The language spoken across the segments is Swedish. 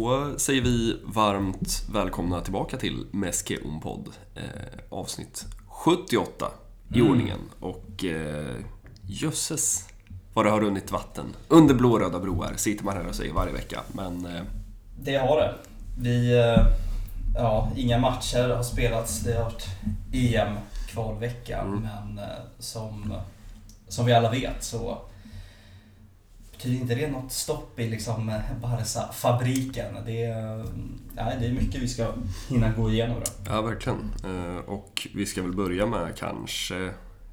Då säger vi varmt välkomna tillbaka till Meske Ompod, avsnitt 78 i ordningen. Och jösses vad det har runnit vatten under blåröda broar, sitter man här och säger varje vecka. Men det har det. Inga matcher har spelats. Det har varit EM-kvalvecka, men som vi alla vet så betyder inte det något stopp i liksom Barca-fabriken. Det är mycket vi ska hinna gå igenom då. Ja, verkligen. Och vi ska väl börja med kanske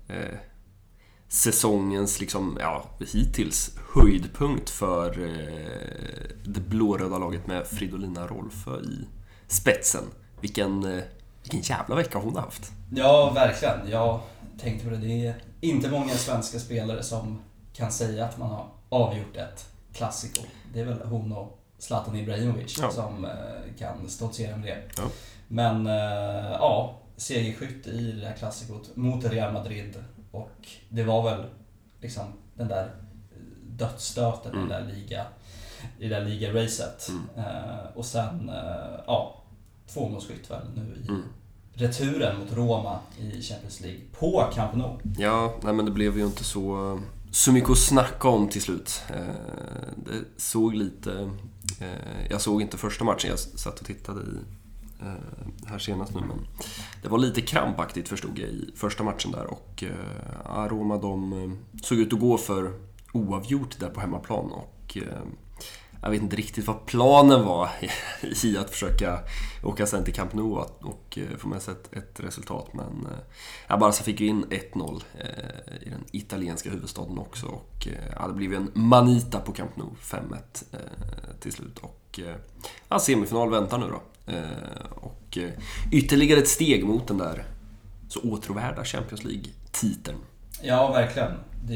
säsongens hittills höjdpunkt för det blåröda laget med Fridolina Rolfö i spetsen. Vilken jävla vecka hon har haft. Ja, verkligen. Jag tänkte på det. Det är inte många svenska spelare som kan säga att man har avgjort ett klassiko. Det är väl hon och Zlatan Ibrahimovic som kan stoltsera med det. Ja. Men segerskytt i det här klassikot mot Real Madrid. Och det var väl liksom den där dödsstöten i det där liga-racet. Och sen 2-målsskytt väl nu i returen mot Roma i Champions League på Camp Nou. Ja, men det blev ju inte så mycket att snacka om till slut. Det såg lite... jag såg inte första matchen, jag satt och tittade i här senast nu, men det var lite krampaktigt förstod jag i första matchen där, och Roma de såg ut att gå för oavgjort där på hemmaplan, och jag vet inte riktigt vad planen var i att försöka åka sen till Camp Nou och få med sig ett resultat, men Barca fick ju in 1-0 i den italienska huvudstaden också, och det blev en manita på Camp Nou, 5-1 till slut, och semifinal väntar nu då. Och ytterligare ett steg mot den där så åtråvärda Champions League-titeln. Ja, verkligen.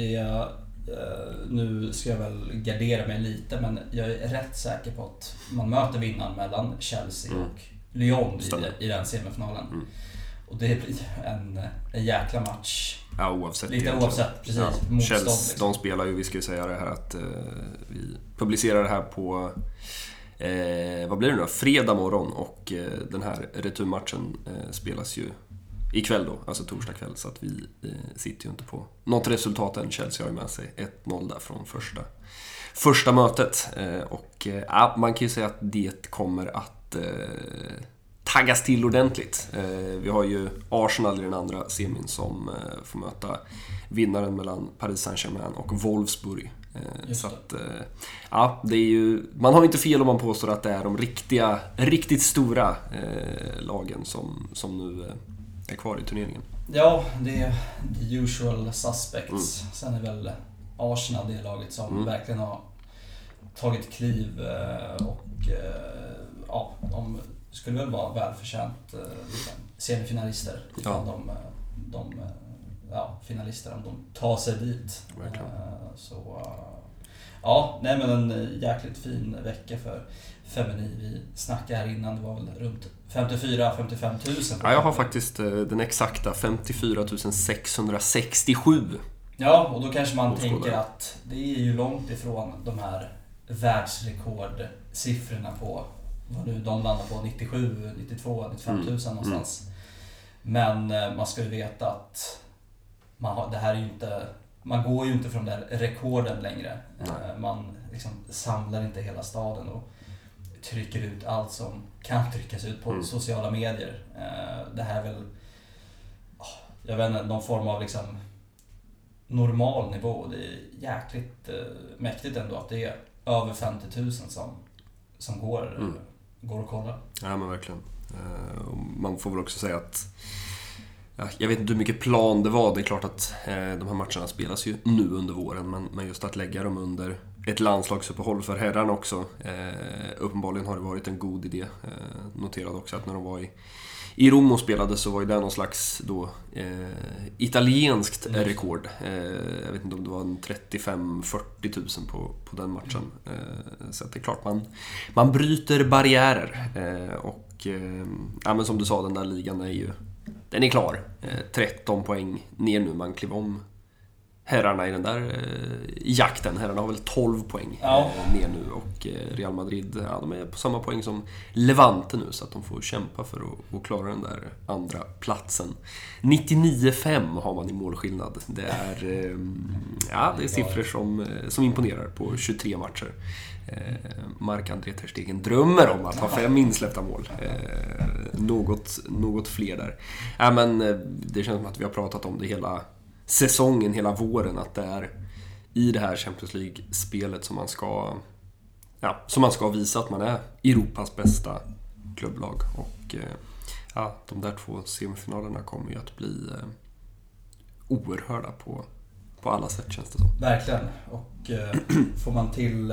Nu ska jag väl gardera mig lite, men jag är rätt säker på att man möter vinnaren mellan Chelsea och Lyon i den semifinalen. Och det blir en jäkla match. Ja, oavsett. Lite oavsett, precis. Ja, Chelsea, de spelar ju, vi ska ju säga det här att vi publicerar det här på vad blir det nu? Fredag morgon, och den här returmatchen spelas ju ikväll då, alltså torsdag kväll, så att vi sitter ju inte på något resultat än. Chelsea har ju med sig 1-0 där från första mötet, och man kan ju säga att det kommer att taggas till ordentligt. Vi har ju Arsenal i den andra semin som får möta vinnaren mellan Paris Saint-Germain och Wolfsburg. Så att, det är ju, man har inte fel om man påstår att det är de riktigt stora lagen som nu är kvar i turneringen. Ja, det är the usual suspects. Sen är väl Arsenal det laget som verkligen har tagit kliv, och de skulle väl vara välförtjänt semifinalister ifall de finalister om de tar sig dit. Men en jäkligt fin vecka för Femini. Vi snackade här innan, det var väl runt 54-55 tusen. Ja, jag har faktiskt den exakta 54 667. Ja, och då kanske man tänker att det är ju långt ifrån de här världsrekordsiffrorna på vad nu de landar på, 97, 92, 95 tusen någonstans. Men man ska ju veta att det här är ju inte, man går ju inte från den där rekorden längre. Man liksom samlar inte hela staden och trycker ut allt som kan tryckas ut på sociala medier. Det här är väl, jag vet inte, någon form av liksom normal nivå. Det är jäkligt mäktigt ändå att det är över 50 000 som går och kollar. Ja, men verkligen. Man får väl också säga att jag vet inte hur mycket plan det var. Det är klart att de här matcherna spelas ju nu under våren, men just att lägga dem under ett landslagsuppehåll för herrarna också, uppenbarligen har det varit en god idé. Noterade också att när de var i Rom och spelade så var ju det någon slags då italienskt rekord. Jag vet inte om det var 35-40 000 på den matchen. Så att det är klart man bryter barriärer, och men som du sa, den där ligan den är klar. 13 poäng ner nu. Man klev om herrarna i den där jakten. Herrarna har väl 12 poäng ner nu och Real Madrid, de är på samma poäng som Levante nu, så att de får kämpa för att klara den där andra platsen. 99-5 har man i målskillnad. Det är det är siffror som imponerar på 23 matcher. Marc-André ter Stegen drömmer om att ha 5 insläppta mål. Något fler där. Men det känns som att vi har pratat om det hela säsongen, hela våren, att det är i det här Champions League-spelet som man ska visa att man är Europas bästa klubblag. Och de där 2 semifinalerna kommer ju att bli oerhörda på alla sätt, känns det som. Verkligen. Och får man till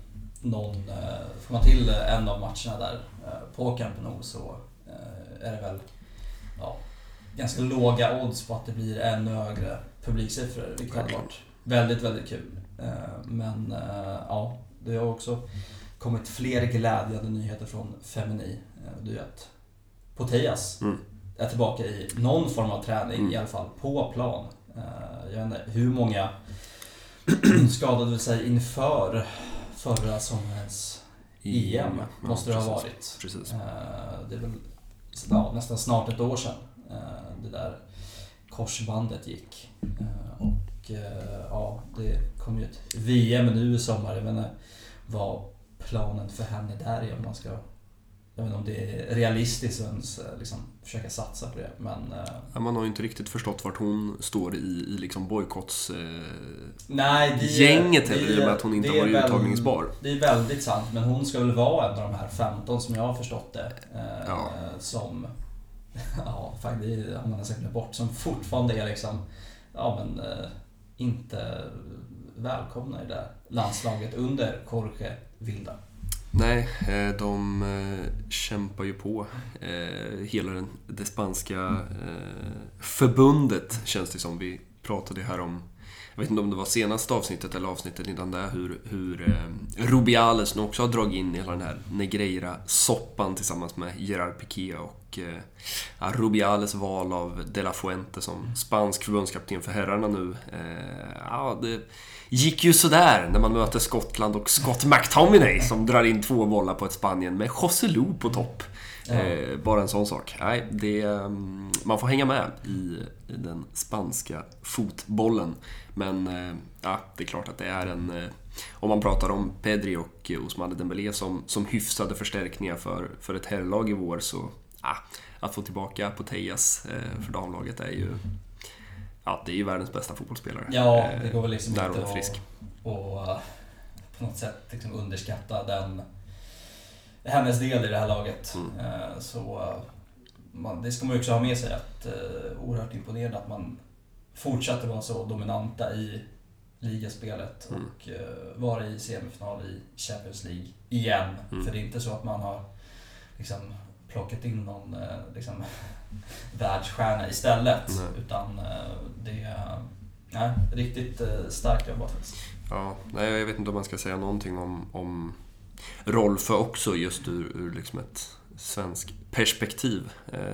en av matcherna där på Camp Nou, så är det väl ganska låga odds på att det blir ännu högre publiksiffror, vilket hade varit väldigt, väldigt kul. Men det har också kommit fler glädjande nyheter från Femini. Det är att Putellas är tillbaka i någon form av träning, i alla fall på plan. Jag vet inte hur många skadade sig inför förra sommarens EM måste det ha varit. Precis. Det är väl nästan snart ett år sedan det där korsbandet gick. Och det kom ju ett VM nu i sommar. Jag vet inte vad planen för henne där är, om man ska... Jag vet inte om det är realistiskt att ens försöka satsa på det, men... Man har ju inte riktigt förstått vart hon står i liksom bojkotts gänget heller, i och med att hon inte har varit uttagningsbar. Det är väldigt sant, men hon ska väl vara en av de här 15 som jag har förstått det. Som... faktiskt har man nästan glömt bort, som fortfarande är inte välkomna i det landslaget under Jorge Vilda. Nej, de kämpar ju på. Hela det spanska förbundet, känns det som. Vi pratade här om, jag vet inte om det var senaste avsnittet eller avsnittet innan det, hur Rubiales nu också har dragit in hela den här Negreira-soppan tillsammans med Gerard Piqué och Rubiales val av De La Fuente som spansk förbundskapten för herrarna nu. Det gick ju sådär när man möter Skottland och Scott McTominay som drar in 2 bollar på ett Spanien med José Lu på topp. Bara en sån sak. Nej, man får hänga med i den spanska fotbollen. Men det är klart att det är om man pratar om Pedri och Ousmane Dembélé som hyfsade förstärkningar för ett herrlag i vår, så att få tillbaka Putellas för damlaget är ju... det är ju världens bästa fotbollsspelare. Ja, det går väl inte frisk. Och på något sätt underskatta hennes del i det här laget. Så det ska man ju också ha med sig, att oerhört imponerande att man fortsatte vara så dominanta i ligaspelet och vara i semifinal i Champions League igen. För det är inte så att man har plockat in någon världsstjärna istället. Utan det är riktigt starkt jobbat. Jag vet inte om man ska säga någonting om Rolfö också, just ur ett svensk perspektiv.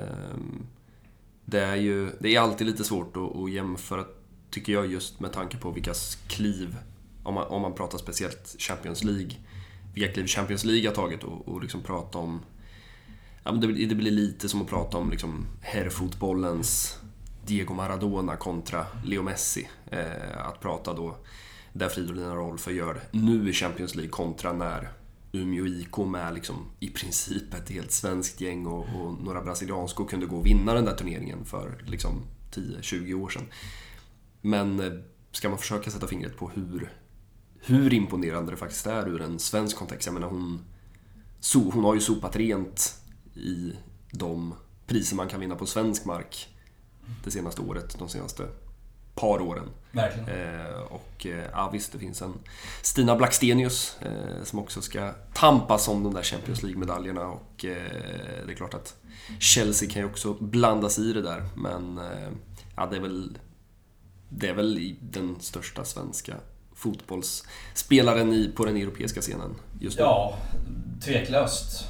Det är alltid lite svårt att jämföra, tycker jag, just med tanke på vilka kliv, om man pratar speciellt Champions League, vilka kliv Champions League har tagit och prata om. Det blir lite som att prata om herrfotbollens Diego Maradona kontra Leo Messi. Att prata då där Fridolina Rolfö gör nu i Champions League kontra när Umeå IK med i princip ett helt svenskt gäng och några brasilianskor kunde gå och vinna den där turneringen för 10-20 år sedan. Men ska man försöka sätta fingret på hur imponerande det faktiskt är ur en svensk kontext. Jag menar, hon har ju sopat rent i de priser man kan vinna på svensk mark det senaste året, de senaste par åren. Verkligen. Visst, det finns en Stina Blackstenius som också ska tampas om de där Champions League-medaljerna, och det är klart att Chelsea kan ju också blanda sig i det där, men det är väl den största svenska fotbollsspelaren på den europeiska scenen just nu. Ja, tveklöst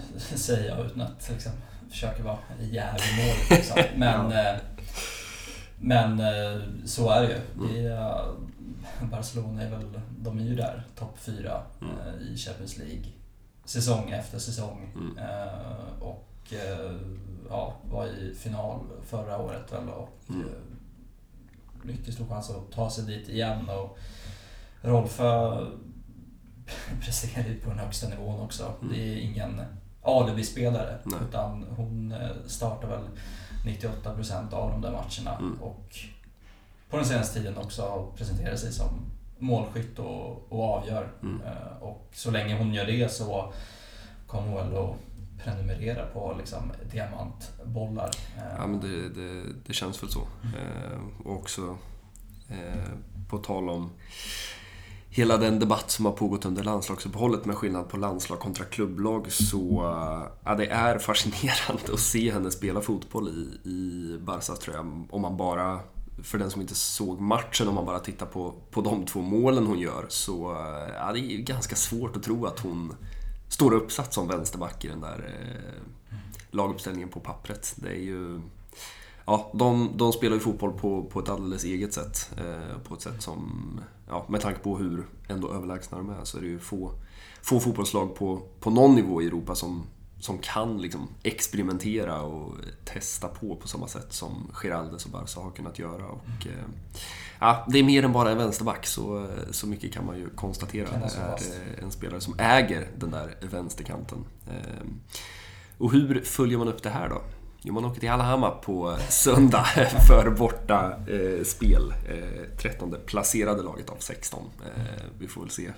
säger jag utan att försöka vara jävlig mål. Men Men så är det ju. Barcelona de är ju där, topp 4 i Champions League. Säsong efter säsong. Och var i final förra året väl. Och mycket stor chans att ta sig dit igen. Och Rolfö presterar på den högsta nivån också. Det är ingen alibi-spelare, utan hon startar väl 98% av de där matcherna och på den senaste tiden också presenterar sig som målskytt och avgör. Och så länge hon gör det så kommer hon väl att prenumerera på liksom diamantbollar. Ja, men det känns väl så. Och också på tal om hela den debatt som har pågått under landslagsuppehållet med skillnad på landslag kontra klubblag, så det är fascinerande att se henne spela fotboll i Barca, tror jag. Om man bara, för den som inte såg matchen, om man bara tittar på de 2 målen hon gör, så det är ganska svårt att tro att hon står uppsatt som vänsterback i den där laguppställningen på pappret. Det är ju... Ja, de spelar ju fotboll på ett alldeles eget sätt. På ett sätt som, med tanke på hur ändå överlägsna de är, så är det ju få fotbollslag på någon nivå i Europa som kan liksom experimentera och testa på samma sätt som Giraldes och Barca har kunnat göra. Och det är mer än bara en vänsterback, så mycket kan man ju konstatera. Det är en spelare som äger den där vänsterkanten. Och hur följer man upp det här då? Jo, man åker till Alhama på söndag för borta spel. 13:e placerade laget av 16. Vi får väl se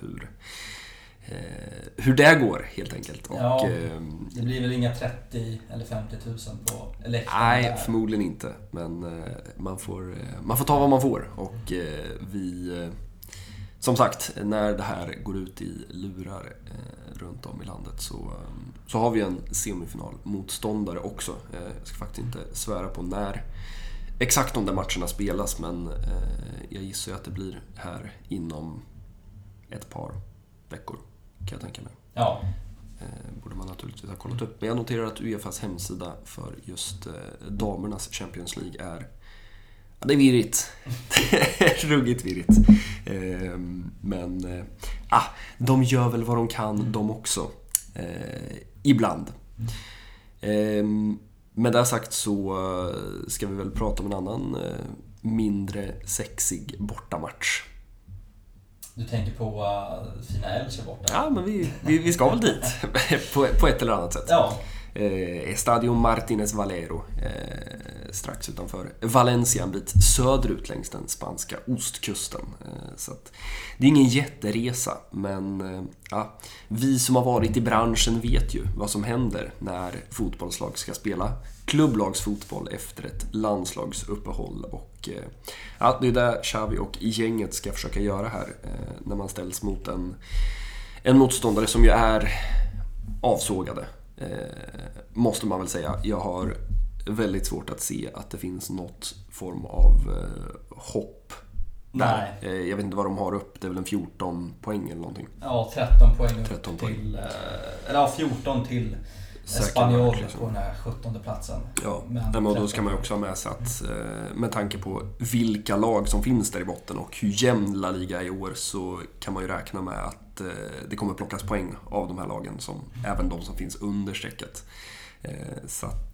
hur det går, helt enkelt. Och, det blir väl inga 30 eller 50 000 på läktaren? Nej, där. förmodligen inte. Men man får ta vad man får. Och som sagt, när det här går ut i lurar runt om i landet, så har vi en semifinalmotståndare också. Jag ska faktiskt inte svära på när exakt de där matcherna spelas, men jag gissar att det blir här inom ett par veckor, kan jag tänka mig. Ja. Borde man naturligtvis ha kollat upp. Men jag noterar att UEFAs hemsida för just damernas Champions League är... Ja, det är virrigt. Ruggigt virrigt. Men de gör väl vad de kan, de också. Ibland. Med det sagt så ska vi väl prata om en annan mindre sexig bortamatch. Du tänker på fina Elche borta? Ja, men vi ska väl dit. på ett eller annat sätt. Ja. Estadio Martínez Valero, strax utanför Valencia, en bit söderut längs den spanska ostkusten. Så att det är ingen jätteresa, men vi som har varit i branschen vet ju vad som händer när fotbollslag ska spela klubblagsfotboll efter ett landslagsuppehåll. Och det är det Xavi och gänget ska försöka göra här när man ställs mot en motståndare som ju är avsågade. Måste man väl säga. Jag har väldigt svårt att se att det finns något form av hopp där. Jag vet inte vad de har upp. Det är väl en 14 poäng eller någonting. Ja, 13 poäng upp 13 poäng. till... Eller 14 till Espanyol på den här 17:e platsen. Ja, men då ska man ju också ha med sig att med tanke på vilka lag som finns där i botten och hur jämn La Liga är i år, så kan man ju räkna med att det kommer plockas poäng av de här lagen, som även de som finns under strecket. Så att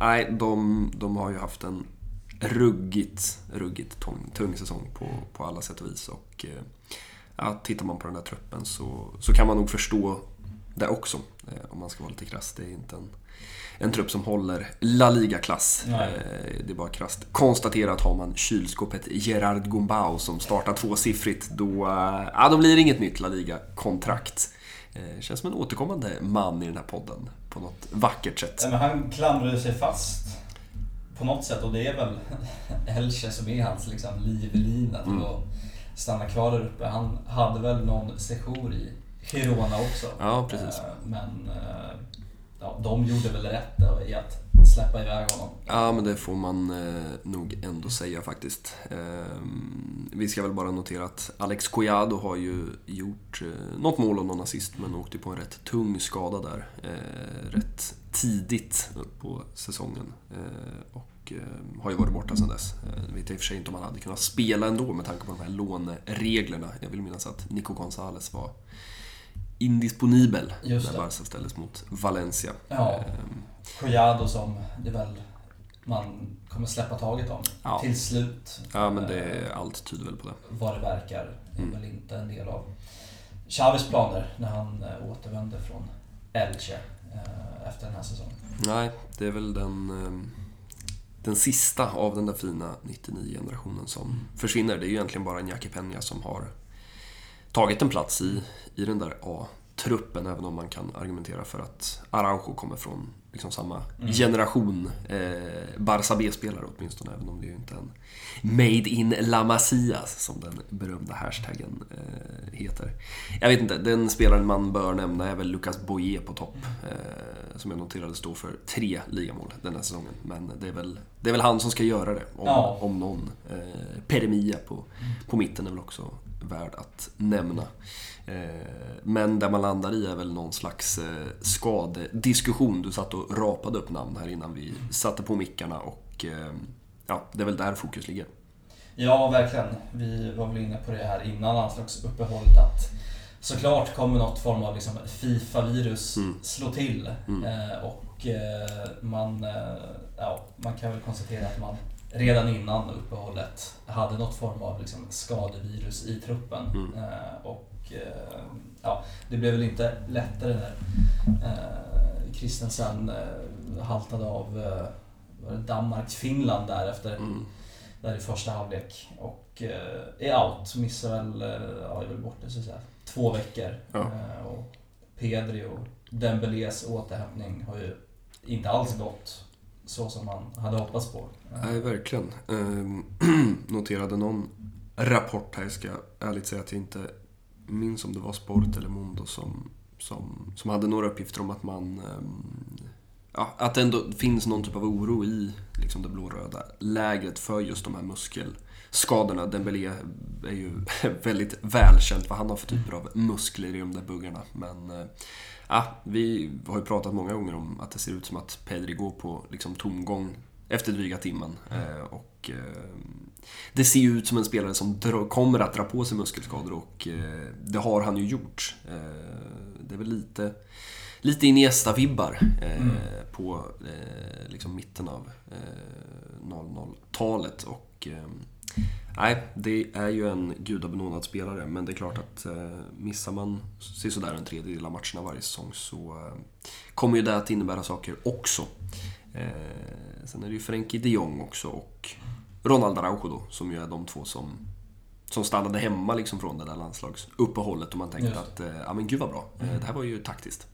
de har ju haft en ruggigt tung säsong på alla sätt och vis. Och tittar man på den där truppen så kan man nog förstå det också, om man ska vara lite krass. Det är inte en trupp som håller La Liga-klass. Det är bara krasst konstatera att har man kylskåpet Gerard Gumbau som startar 2-siffrigt, då blir det inget nytt La Liga-kontrakt. Känns som en återkommande man i den här podden på något vackert sätt. Men han klamrar sig fast på något sätt, och det är väl Elche som är hans liksom livlina och stanna kvar där uppe. Han hade väl någon sejour i Girona också. Ja, precis. Men de gjorde väl rätt i att släppa iväg honom. Ja, men det får man nog ändå säga faktiskt. Vi ska väl bara notera att Alex Collado har ju gjort något mål och någon assist, men åkte på en rätt tung skada där rätt tidigt på säsongen. Och och har ju varit borta sedan dess. Jag vet i och för sig inte om han hade kunnat spela ändå med tanke på de här lånereglerna. Jag vill minnas att Nico González var indisponibel när Barca ställdes mot Valencia. Ja, Collado som det väl man kommer släppa taget om till slut. Ja, men allt tyder väl på det. Vad det verkar är väl inte en del av Xavis planer när han återvände från Elche efter den här säsongen. Nej, det är väl den sista av den där fina 99-generationen som försvinner. Det är ju egentligen bara Iñaki Peña som har tagit en plats i den där A-truppen, även om man kan argumentera för att Araujo kommer från liksom samma generation Barça B-spelare åtminstone, även om det är ju inte en Made in La Masia som den berömda hashtaggen heter. Jag vet inte, den spelaren man bör nämna är väl Lucas Boye på topp, som jag noterade står för 3 ligamål den här säsongen, men det är väl han som ska göra det om någon. Peremia på mitten är väl också värd att nämna. Men där man landar i är väl någon slags skadediskussion. Du satt och rapade upp namn här innan vi satte på mickarna, och det är väl där fokus ligger. Ja, verkligen. Vi var väl inne på det här innan landslagsuppehållet, att såklart kommer något form av liksom FIFA-virus slå till. Och man kan väl konstatera att man redan innan uppehållet hade något form av liksom skadevirus i truppen. Det blev väl inte lättare när Christensen haltade av Danmark-Finland där i första halvlek, och är out, missar väl, är väl borta så att säga 2 veckor. Och Pedri och Dembélés återhämtning har ju inte alls gått så som man hade hoppats på. Nej, verkligen. Noterade någon rapport här, ska ärligt säga att jag inte minns om det var Sport eller Mundo som hade några uppgifter om att man att det ändå finns någon typ av oro i liksom det blåröda lägret för just de här muskelskadorna. Dembélé är ju väldigt välkänt vad han har för typer av muskler i de där buggarna, men vi har ju pratat många gånger om att det ser ut som att Pedri går på liksom tomgång efter dryga timmen, och det ser ju ut som en spelare som kommer att dra på sig muskelskador, och det har han ju gjort. Det är väl lite Iniesta-vibbar på liksom mitten av 00-talet, och det är ju en gudabenådad spelare, men det är klart att missar man sådär en tredjedel av matcherna varje säsong, så kommer ju det att innebära saker också. Sen är det ju Frenkie de Jong också och Ronald Araujo då, som ju är de två som stannade hemma liksom från det där landslagsuppehållet, och man tänkte att men gud vad bra, det här var ju taktiskt.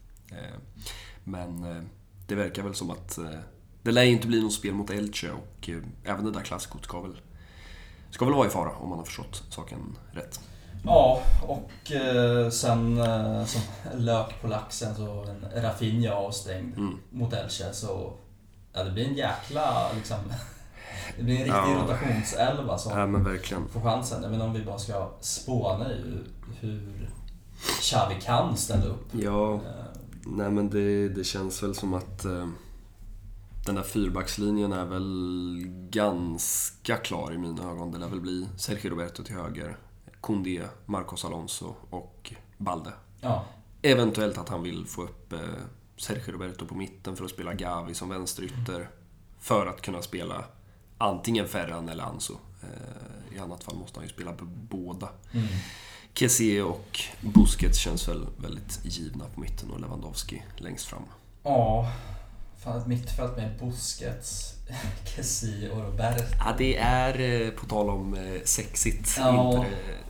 Men det verkar väl som att det lär inte bli något spel mot Elche, och även det där klassikot ska väl vara i fara, om man har förstått saken rätt. Ja, och sen som lök på laxen så en Rafinha avstängd mot Elche, så det blir en jäkla liksom, det blir en riktig rotationselva som men verkligen får chansen. Jag menar, om vi bara ska spåna i hur Xavi kan ställa upp. Ja, nej men det känns väl som att den där fyrbackslinjen är väl ganska klar i mina ögon. Det lär väl bli Sergio Roberto till höger, Koundé, Marcos Alonso och Balde. Ja. Eventuellt att han vill få upp Sergio Roberto på mitten för att spela Gavi som vänsterytter, för att kunna spela antingen Ferran eller Ansu. I annat fall måste han ju spela båda. Kessie och Busquets känns väl väldigt givna på mitten, och Lewandowski längst fram. Ja, fan, ett mittfält med Busquets, Kessie och Roberto. Ja, det är på tal om sexigt. Inte,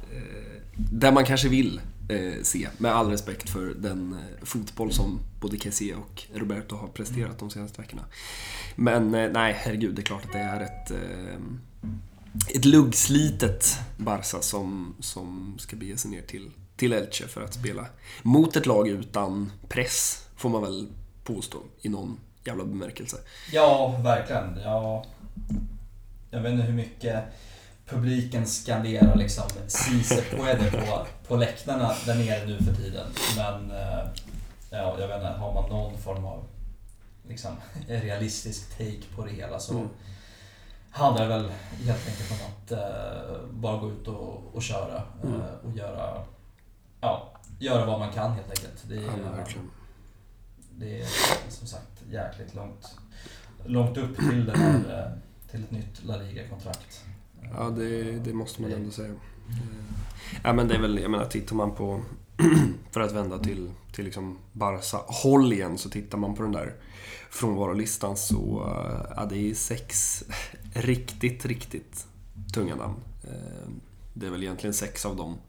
där man kanske vill se, med all respekt för den fotboll som både Kessie och Roberto har presterat de senaste veckorna. Men nej, herregud, det är klart att det är ett luggslitet Barca som ska bege sig ner till Elche för att spela mot ett lag utan press, får man väl påstå, i någon jävla bemärkelse. Ja, verkligen. Jag vet inte hur mycket publiken skanderar liksom Si se puede på läktarna där nere nu för tiden, men jag vet inte, har man någon form av liksom realistisk take på det hela, så handlar väl helt enkelt om att bara gå ut och köra och göra vad man kan helt enkelt. Det är som sagt jäkligt långt upp till det här, till ett nytt La Liga-kontrakt. Ja, det måste man ändå säga. Ja, men det är väl, jag menar, tittar man på för att vända till liksom Barca-håll igen, så tittar man på den där frånvarolistan, så det är 6 riktigt tunga namn. Det är väl egentligen 6 av de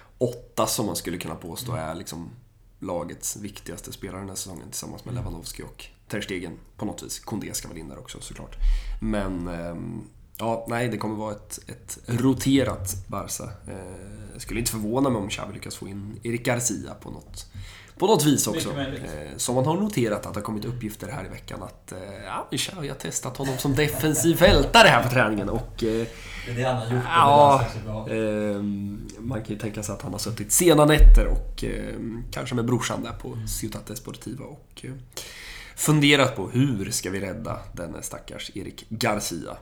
8 som man skulle kunna påstå är liksom lagets viktigaste spelare den här säsongen, tillsammans med Lewandowski och Ter Stegen på något vis. Koundé ska väl in där också såklart. Men det kommer vara ett roterat Barca. Jag skulle inte förvåna mig om Xavi lyckas få in Eric Garcia på något vis också. Som man har noterat att det har kommit uppgifter här i veckan att Xavi har testat honom som defensiv fältare här på träningen. Och det är det han har gjort. Man kan ju tänka sig att han har suttit sena nätter och kanske med brorsan där på Ciutat Deportiva och funderat på hur ska vi rädda den stackars Eric Garcia.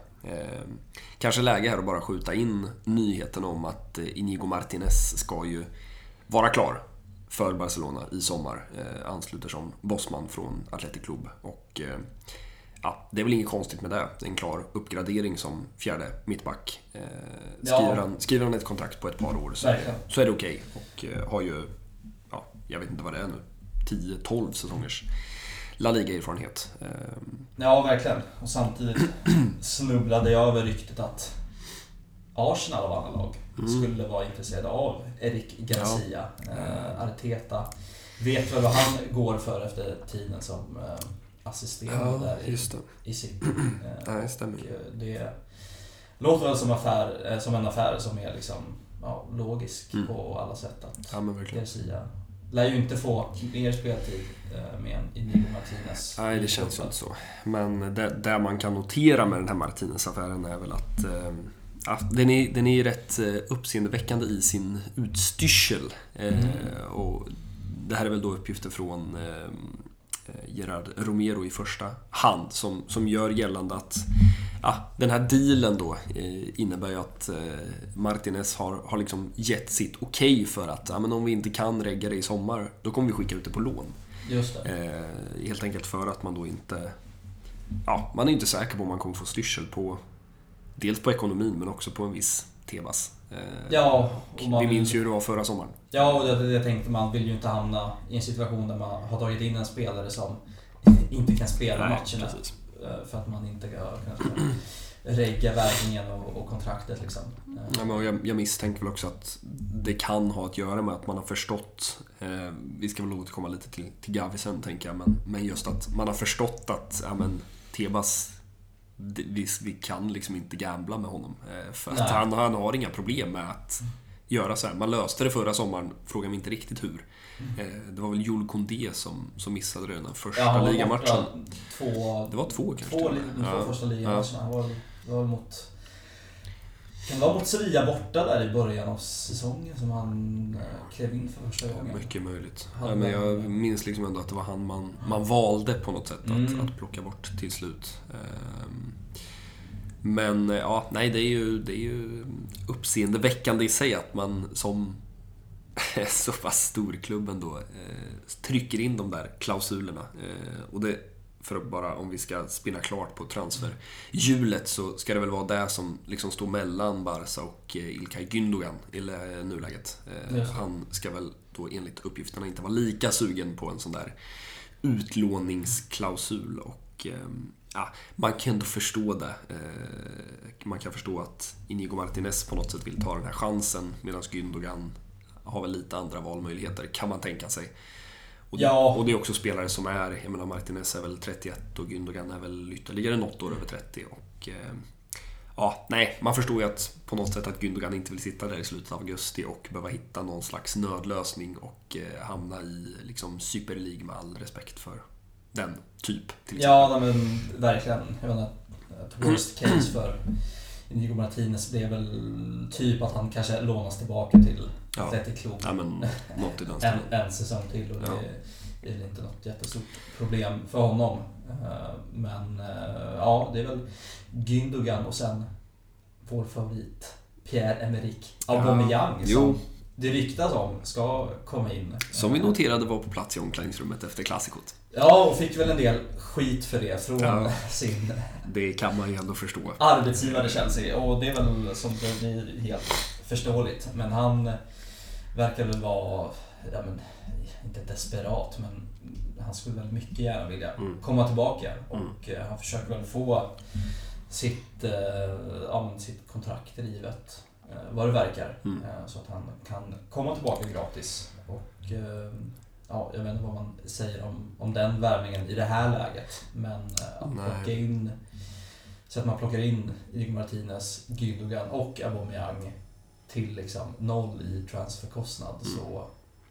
Kanske läge här att bara skjuta in nyheten om att Inigo Martinez ska ju vara klar för Barcelona i sommar. Ansluter som bossman från Athletic Club. Och det är väl inget konstigt med det. Det är en klar uppgradering som fjärde mittback. Skriver han ett kontrakt på ett par år så är det okej. Och har ju, jag vet inte vad det är nu, 10-12 säsongers La Liga-erfarenhet. Ja, verkligen. Och samtidigt snubblade jag över ryktet att Arsenal av alla lag skulle vara intresserade av Eric Garcia. Arteta vet väl vad han går för efter tiden som assisterande där i City. Det stämmer. Det låter väl som en affär som är liksom, logisk på alla sätt. Att Garcia lär ju inte få mer speltid med en Inigo Martinez. Nej, det känns ju inte så. Men det man kan notera med den här Martinez-affären är väl att den är ju rätt uppseendeväckande i sin utstyrsel. Och det här är väl då uppgifter från Gerard Romero i första hand som gör gällande att den här dealen då innebär ju att Martinez har liksom gett sitt okej för att men om vi inte kan regga det i sommar, då kommer vi skicka ut det på lån. Just det. Helt enkelt för att man då inte man är inte säker på om man kommer få styrsel på dels på ekonomin men också på en viss Tebas. Vi minns ju hur det var förra sommaren. Ja, och jag tänkte, man vill ju inte hamna i en situation där man har tagit in en spelare som inte kan spela matcherna. Precis. För att man inte har kunnat regga värvningen och kontraktet liksom. Jag misstänker väl också att det kan ha att göra med att man har förstått, vi ska väl återkomma lite till Gavi sen tänker jag, men just att man har förstått att Tebas, vi kan liksom inte gambla med honom för att han har inga problem med att göra så här. Man löste det förra sommaren, frågar mig inte riktigt hur. Det var väl Jules Koundé som missade det den första ligamatchen. Det var 2 kanske. Två första ligamatcherna. Det var mot Sevilla borta där i början av säsongen som han klev in för första gången. Mycket möjligt. Men jag minns liksom ändå att det var han man valde på något sätt att plocka bort till slut. Men det är ju uppseendeväckande i sig att man som så pass storklubben då trycker in de där klausulerna. Och det, för att bara, om vi ska spinna klart på transferhjulet, så ska det väl vara det som liksom står mellan Barca och Ilkay Gündogan i nuläget. Han ska väl då enligt uppgifterna inte vara lika sugen på en sån där utlåningsklausul. Och man kan ändå förstå det. Man kan förstå att Inigo Martinez på något sätt vill ta den här chansen, medan Gündogan har väl lite andra valmöjligheter, kan man tänka sig. Och det är också spelare som är, jag menar, Martinez är väl 31 och Gündogan är väl ytterligare något år över 30. Och man förstår ju att på något sätt att Gündogan inte vill sitta där i slutet av augusti och behöva hitta någon slags nödlösning och hamna i liksom Super League, med all respekt för den typ till exempel. Ja, men verkligen. Jag menar, ett worst case för Inigo Martinez blev väl typ att han kanske lånas tillbaka till Athletic Club. Ja, men något i den en säsong till. Och är det inte något jättestort problem för honom. Men ja, det är väl Gündogan och sen vår favorit Pierre-Emerick Aubameyang som det ryktas om ska komma in. Som vi noterade var på plats i omklädningsrummet efter klassikot. Ja, och fick väl en del skit för det från sin... Det kan man ju ändå förstå. Arbetsgivare Chelsea, och det är väl som det blir helt förståeligt. Men han verkar väl vara, inte desperat, men han skulle väl mycket gärna vilja komma tillbaka. Och han försöker väl få sitt kontrakt i livet, vad det verkar, så att han kan komma tillbaka gratis. Och jag vet inte vad man säger om den värvningen i det här läget, men att plocka in, så att man plockar in Inigo Martinez, Gündogan och Aubameyang till liksom 0 i transferkostnad, så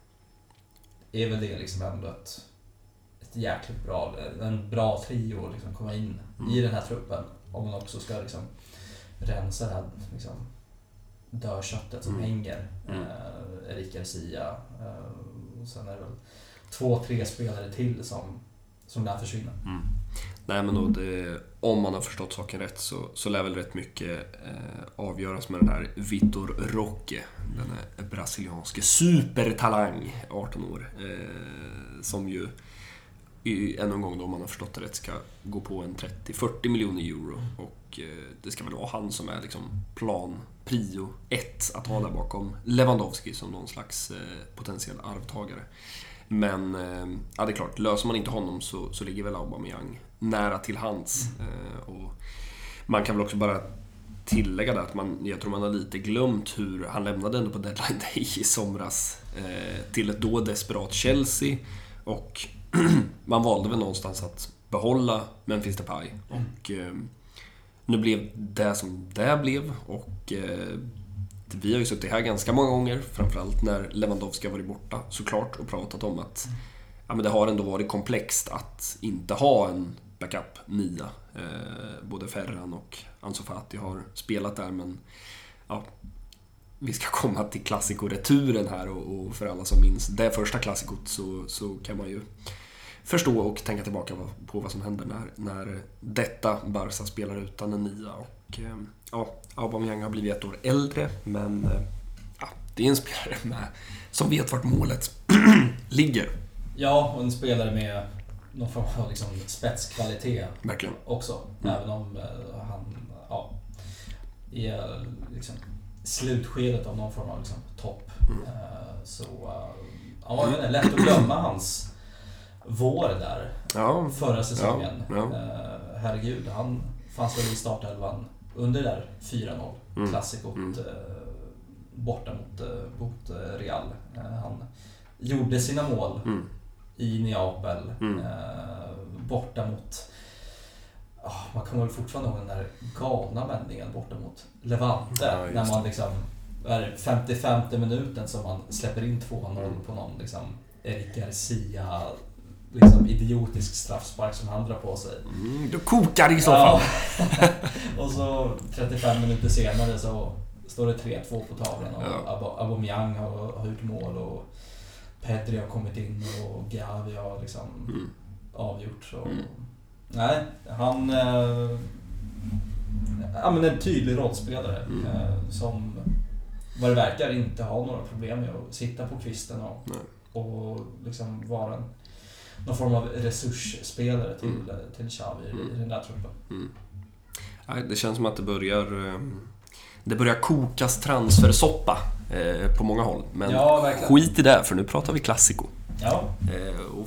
är väl det liksom ändå ett jäkligt bra, en bra trio att liksom komma in i den här truppen, om man också ska liksom rensa det här liksom dörrköttet som hänger. Eric Garcia, och sen är det väl 2-3 spelare till som lär försvinna. Nej, men då om man har förstått saken rätt så lär väl rätt mycket avgöras med den här Vitor Roque, den brasilianske supertalang, 18 år, som ju ännu en gång då, om man har förstått det rätt, ska gå på en 30-40 miljoner euro, och det ska väl vara han som är liksom prio 1 att ha där bakom Lewandowski som någon slags potentiell arvtagare. Men det är klart, löser man inte honom så ligger väl Aubameyang nära till hands. Och man kan väl också bara tillägga det att jag tror man har lite glömt hur han lämnade ändå på deadline day i somras till ett då desperat Chelsea, och man valde väl någonstans att behålla Memphis Depay, och nu blev det som det blev, och vi har ju suttit här ganska många gånger, framförallt när Lewandowski har varit borta såklart, och pratat om att men det har ändå varit komplext att inte ha en backup 9. Både Ferran och Ansu Fati har spelat där, men vi ska komma till klassikoreturen här, och för alla som minns det första klassikot så kan man ju förstå och tänka tillbaka på vad som händer när detta Barca spelar utan en 9. Och Aubameyang har blivit 1 år äldre, men det är en spelare som vet vart målet ligger. Ja, och en spelare med någon form av liksom spetskvalitet. Verkligen. Också, även om han är liksom slutskedet av någon form av liksom topp. Det är lätt att glömma hans vår där förra säsongen. Herregud, han fanns väl i startelvan under där 4-0 klassikot borta mot Real. Han gjorde sina mål i Neapel, borta mot man kommer väl fortfarande ihåg den där galna vändningen borta mot Levante, när man liksom är 55:e minuten som man släpper in 2-0 på någon liksom Eric Garcia liksom idiotisk straffspark som han drar på sig. Då kokar det i så fall. Och så 35 minuter senare så står det 3-2 på tavlan, och Aubameyang har gjort mål, och Pedri har kommit in, och Gavi har liksom avgjort. Så. Nej, han men en tydlig rollspelare som vad det verkar inte ha några problem med att sitta på kvisten och liksom vara någon form av resursspelare till Xavi i den där truppen. Det känns som att det börjar kokas transfersoppa på många håll. Men skit i det, för nu pratar vi klassiko. Ja. Och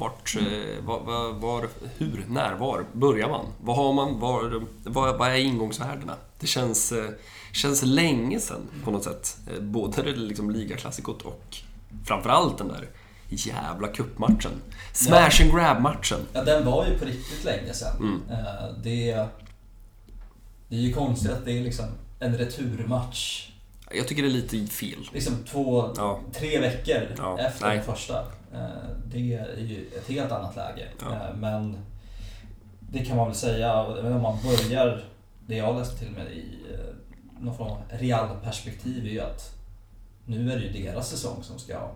var börjar man? Vad har man? Vad är ingångsvärdena? Det känns länge sedan på något sätt. Både det liksom ligaklassikot och framförallt den där jävla cupmatchen. Smash and grab-matchen. Ja, den var ju på riktigt länge sedan. Det är ju konstigt att det är liksom en returmatch. Jag tycker det är lite fel. Liksom 3 veckor efter den första. Det är ju ett helt annat läge. Men det kan man väl säga, om man börjar, det jag läste till med i någon form av Real-perspektiv, är ju att nu är det ju deras säsong som ska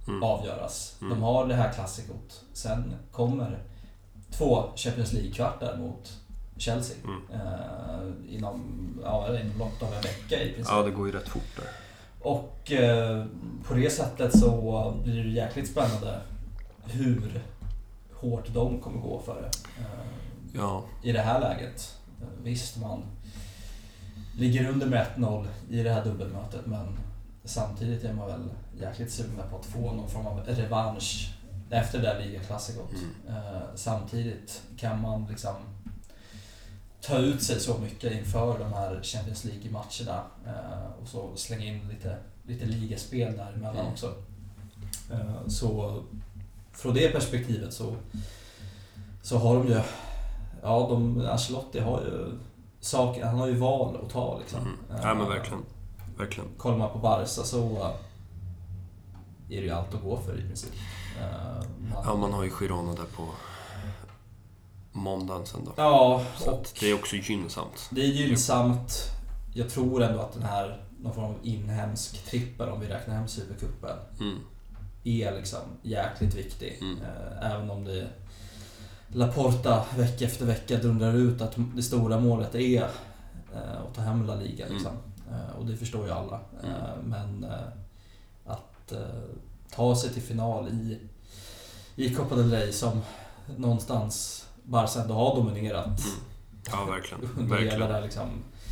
avgöras. De har det här klassikot. Sen kommer 2 Champions League-kvartar mot Chelsea inom loppet av en vecka i princip. Ja, det går ju rätt fort där. Och på det sättet så blir det jäkligt spännande hur hårt de kommer gå för det. I det här läget. Visst, man ligger under med 1-0 i det här dubbelmötet, men samtidigt är man väl jäkligt sugna på att få någon form av revansch efter det där ligaklassikot. Samtidigt kan man liksom ta ut sig så mycket inför de här Champions League-matcherna och så slänga in lite ligaspel däremellan också. Så från det perspektivet så har de ju, Ancelotti har ju han har ju val att ta liksom. Ja, men verkligen. Kollar man på Barca så är det ju allt att gå för i princip. Man har ju Girona där på måndagen sen då. Ja, så och det är också gynnsamt. Det är gynnsamt. Jag tror ändå att den här någon form av inhemsk trippel, om vi räknar hem Supercupen, är liksom jäkligt viktig. Även om det Laporta vecka efter vecka dundrar ut att det stora målet är att ta hem La Liga liksom. Och det förstår ju alla. Men att ta sig till final i Copa del Rey som någonstans Barca ändå har dominerat. Ja, verkligen. Under hela där liksom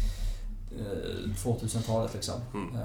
2000-talet liksom.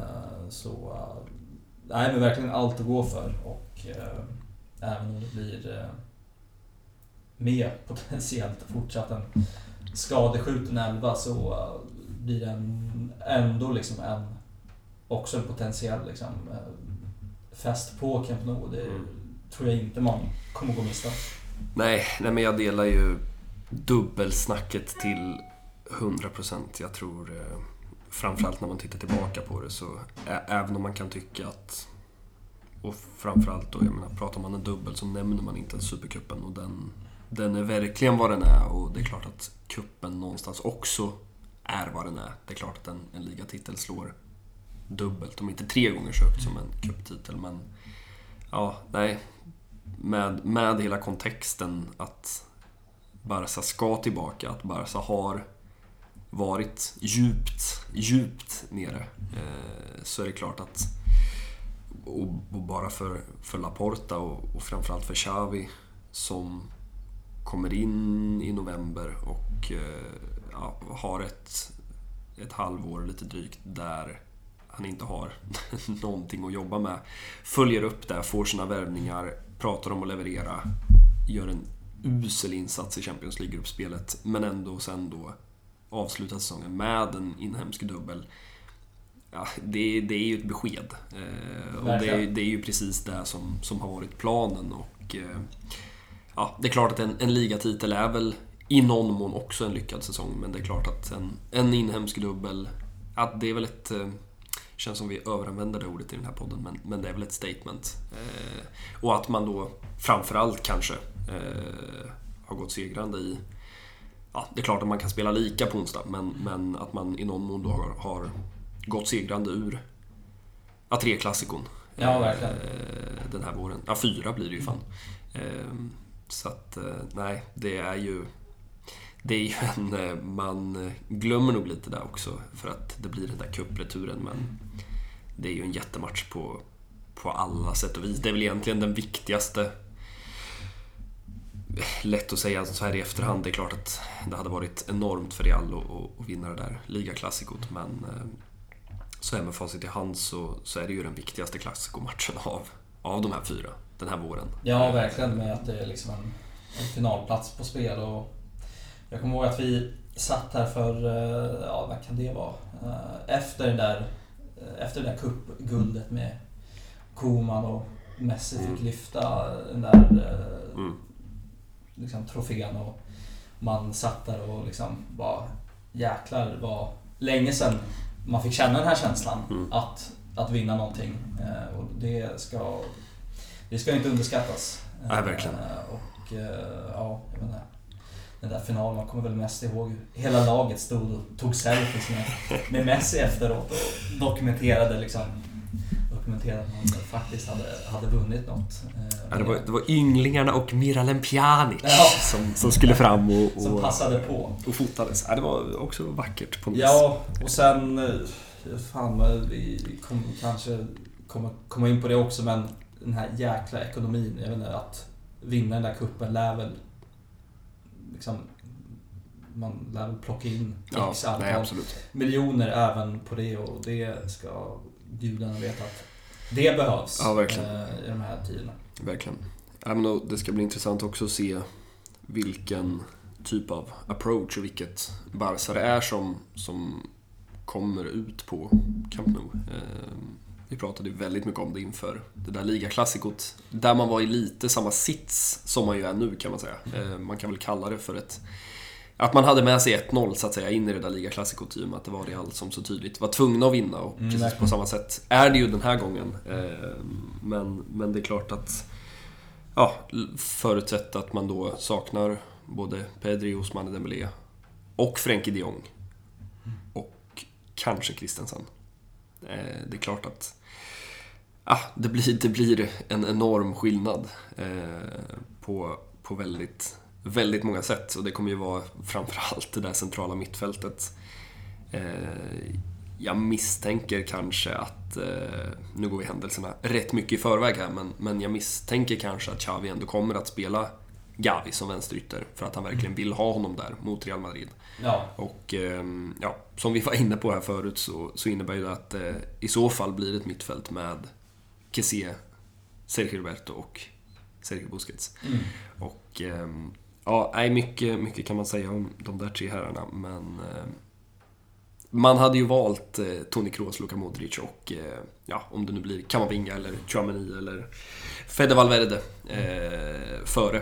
Nej, men verkligen allt att gå för. Och även om det blir med potentiellt fortsatt en skadeskjuten 11 så blir den ändå liksom också en potentiell liksom fest på Camp Nou. Det tror jag inte man kommer gå miste. Nej, men jag delar ju dubbelsnacket till 100%. Jag tror framförallt när man tittar tillbaka på det så även om man kan tycka att, och framförallt då, jag menar, pratar man en dubbel så nämner man inte Supercupen, och den är verkligen vad den är, och det är klart att kuppen någonstans också är vad den är. Det är klart att en ligatitel slår dubbelt, om inte 3 gånger så högt som en cuptitel, men med hela kontexten att Barca ska tillbaka, att Barca har varit djupt nere, så är det klart att och bara för Laporta och framförallt för Xavi som kommer in i november och har ett halvår lite drygt där han inte har någonting att jobba med, följer upp där, får sina värvningar, pratar om att leverera, gör en usel insats i Champions League-gruppspelet, men ändå sen då avslutar säsongen med en inhemsk dubbel. Ja, det är ju ett besked, och det är ju precis det som har varit planen, och det är klart att en ligatitel är väl i någon mån också en lyckad säsong, men det är klart att en inhemsk dubbel, att det är väl ett, känns som vi överanvänder det ordet i den här podden, men det är väl ett statement, och att man då framförallt kanske har gått segrande i, det är klart att man kan spela lika på onsdag, men att man i någon mån då har gått segrande ur 3-klassikon den här våren. 4 blir det ju fan. Så att nej, det är ju man glömmer nog lite där också, för att det blir den där cupreturen, men det är ju en jättematch på alla sätt och vis. Det är väl egentligen den viktigaste. Lätt att säga så här i efterhand. Det är klart att det hade varit enormt för Real att vinna det där ligaklassikot, men så är med facit i hand så är det ju den viktigaste klassikomatchen av de här 4 den här våren. Ja, verkligen, med att det är liksom en finalplats på spel. Och jag kommer ihåg att vi satt här för, vad kan det vara? Efter det där cupguldet med Koeman och Messi fick lyfta den där liksom trofén, och man satt där och liksom bara jäklar, vad länge sedan man fick känna den här känslan att vinna någonting, och det ska inte underskattas. Nej, verkligen. Och jag menar, den där finalen, man kommer väl mest ihåg hela laget stod och tog selfies med Messi efteråt och dokumenterade dokumenterat att man faktiskt hade vunnit något. Ja, det var ynglingarna och Miralem Pjanic som skulle fram och som passade på. Och fotades. Ja, det var också vackert på något. Ja, och sen vi kommer kanske komma in på det också, men den här jäkla ekonomin, jag vet inte, att vinna den där kuppen lär väl liksom, man lär väl plocka in x antal miljoner även på det, och det ska gudarna veta att det behövs i de här tiderna. Verkligen. Ja, men det ska bli intressant också att se vilken typ av approach och vilket Barca det är som kommer ut på Camp Nou. Vi pratade ju väldigt mycket om det inför det där ligaklassikot, där man var i lite samma sits som man ju är nu, kan man säga. Man kan väl kalla det för att man hade med sig 1-0 så att säga in i det där ligaklassikot, i och med att det var Real som så tydligt var tvungna att vinna, och precis på samma sätt är det ju den här gången. Men det är klart att förutsatt att man då saknar både Pedri, Ousmane Dembélé och Frenkie de Jong och kanske Christensen. Det är klart att det blir en enorm skillnad på väldigt, väldigt många sätt, och det kommer ju vara framförallt det där centrala mittfältet. Jag misstänker kanske att nu går vi händelserna rätt mycket i förväg här, men jag misstänker kanske att Xavi ändå kommer att spela Gavi som vänsterytter, för att han verkligen vill ha honom där mot Real Madrid. Ja. Och som vi var inne på här förut, så innebär ju det att i så fall blir det ett mittfält med Kessie, Sergio Roberto och Sergio Busquets. Och mycket kan man säga om de där tre herrarna, men man hade ju valt Toni Kroos, Luka Modric och om det nu blir Camavinga eller Tchouaméni eller Fede Valverde före.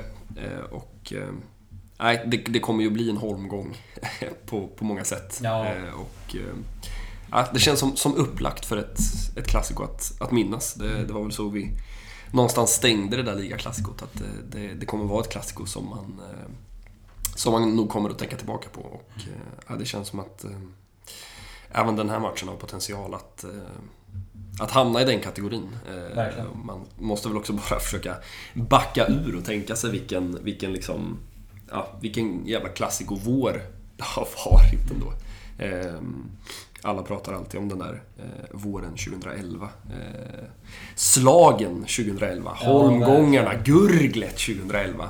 Det kommer ju bli en holmgång på många sätt. Ja. Det känns som upplagt för ett klassiko att minnas. Det var väl så vi någonstans stängde det där ligaklassikot, att det kommer vara ett klassiko som man nog kommer att tänka tillbaka på. Och det känns som att även den här matchen har potential att hamna i den kategorin. Man måste väl också bara försöka backa ur och tänka sig vilken jävla klassiko vår har varit ändå. Alla pratar alltid om den där våren 2011. Slagen 2011. Holmgångarna, gurglet 2011.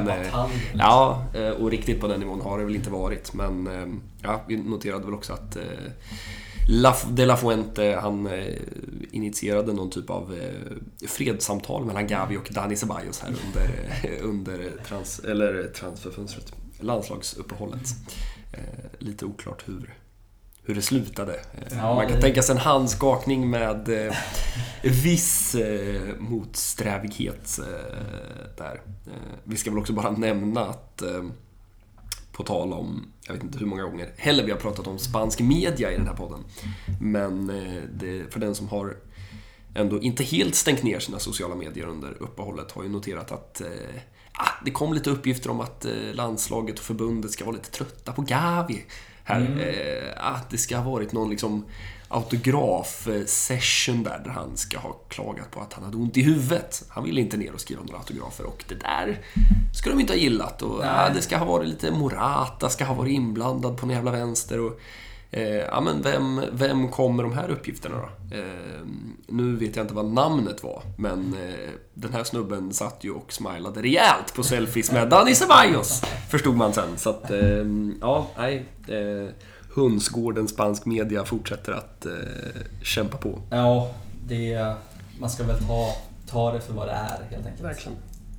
Och riktigt på den nivån har det väl inte varit. Men vi noterade väl också att De La Fuente, han initierade någon typ av fredssamtal mellan Gavi och Dani Ceballos här under transferfönstret, landslagsuppehållet. Lite oklart hur det slutade. Man kan tänka sig en handskakning med viss motsträvighet där. Vi ska väl också bara nämna att på tal om, jag vet inte hur många gånger heller vi har pratat om spansk media i den här podden, men för den som har ändå inte helt stängt ner sina sociala medier under uppehållet har ju noterat att det kom lite uppgifter om att landslaget och förbundet ska vara lite trötta på Gavi här. Det ska ha varit någon liksom autograf-session där han ska ha klagat på att han hade ont i huvudet. Han ville inte ner och skriva några autografer, och det där ska de inte ha gillat. Och det ska ha varit lite Morata, ska ha varit inblandad på en jävla vänster. Och men vem kommer de här uppgifterna då? Nu vet jag inte vad namnet var, men den här snubben satt ju och smilade rejält på selfies med Dani Ceballos, förstod man sen. Så att Hundsgården spansk media fortsätter att kämpa på. Ja, man ska väl ta det för vad det är, helt enkelt. Verkligen.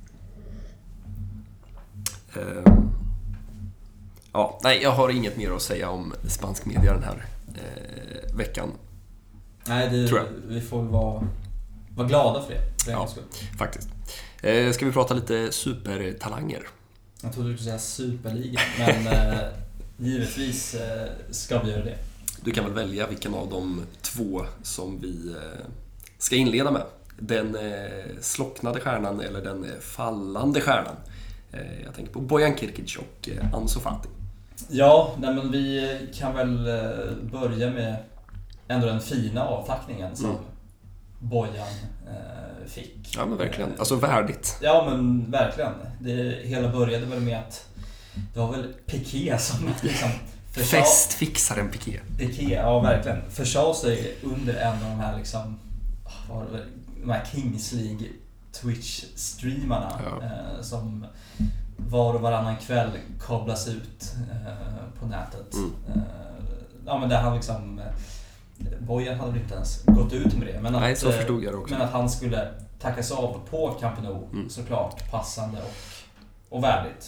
Jag har inget mer att säga om spansk media den här veckan. Nej, vi får vara glada för det. Faktiskt. Ska vi prata lite supertalanger? Jag trodde du skulle säga superliga, men givetvis ska vi göra det. Du kan väl välja vilken av de två som vi ska inleda med. Den slocknade stjärnan eller den fallande stjärnan. Jag tänker på Bojan Kirkic och Ansu Fati. Ja, men vi kan väl börja med ändå den fina avtackningen som Bojan fick. Ja men verkligen, alltså värdigt. Ja men verkligen. Det hela började väl med att det var väl Piqué som liksom Festfixaren Piqué. Piqué, ja verkligen. Försade sig under en av de här liksom, vad var det, de här Kings League Twitch-streamarna som var och varannan kväll kablas ut på nätet. Ja men där han liksom, Bojan hade inte ens gått ut med det. Men att, nej, så förstod jag det också. Men att han skulle tackas av på Camp Nou, såklart passande och värdigt.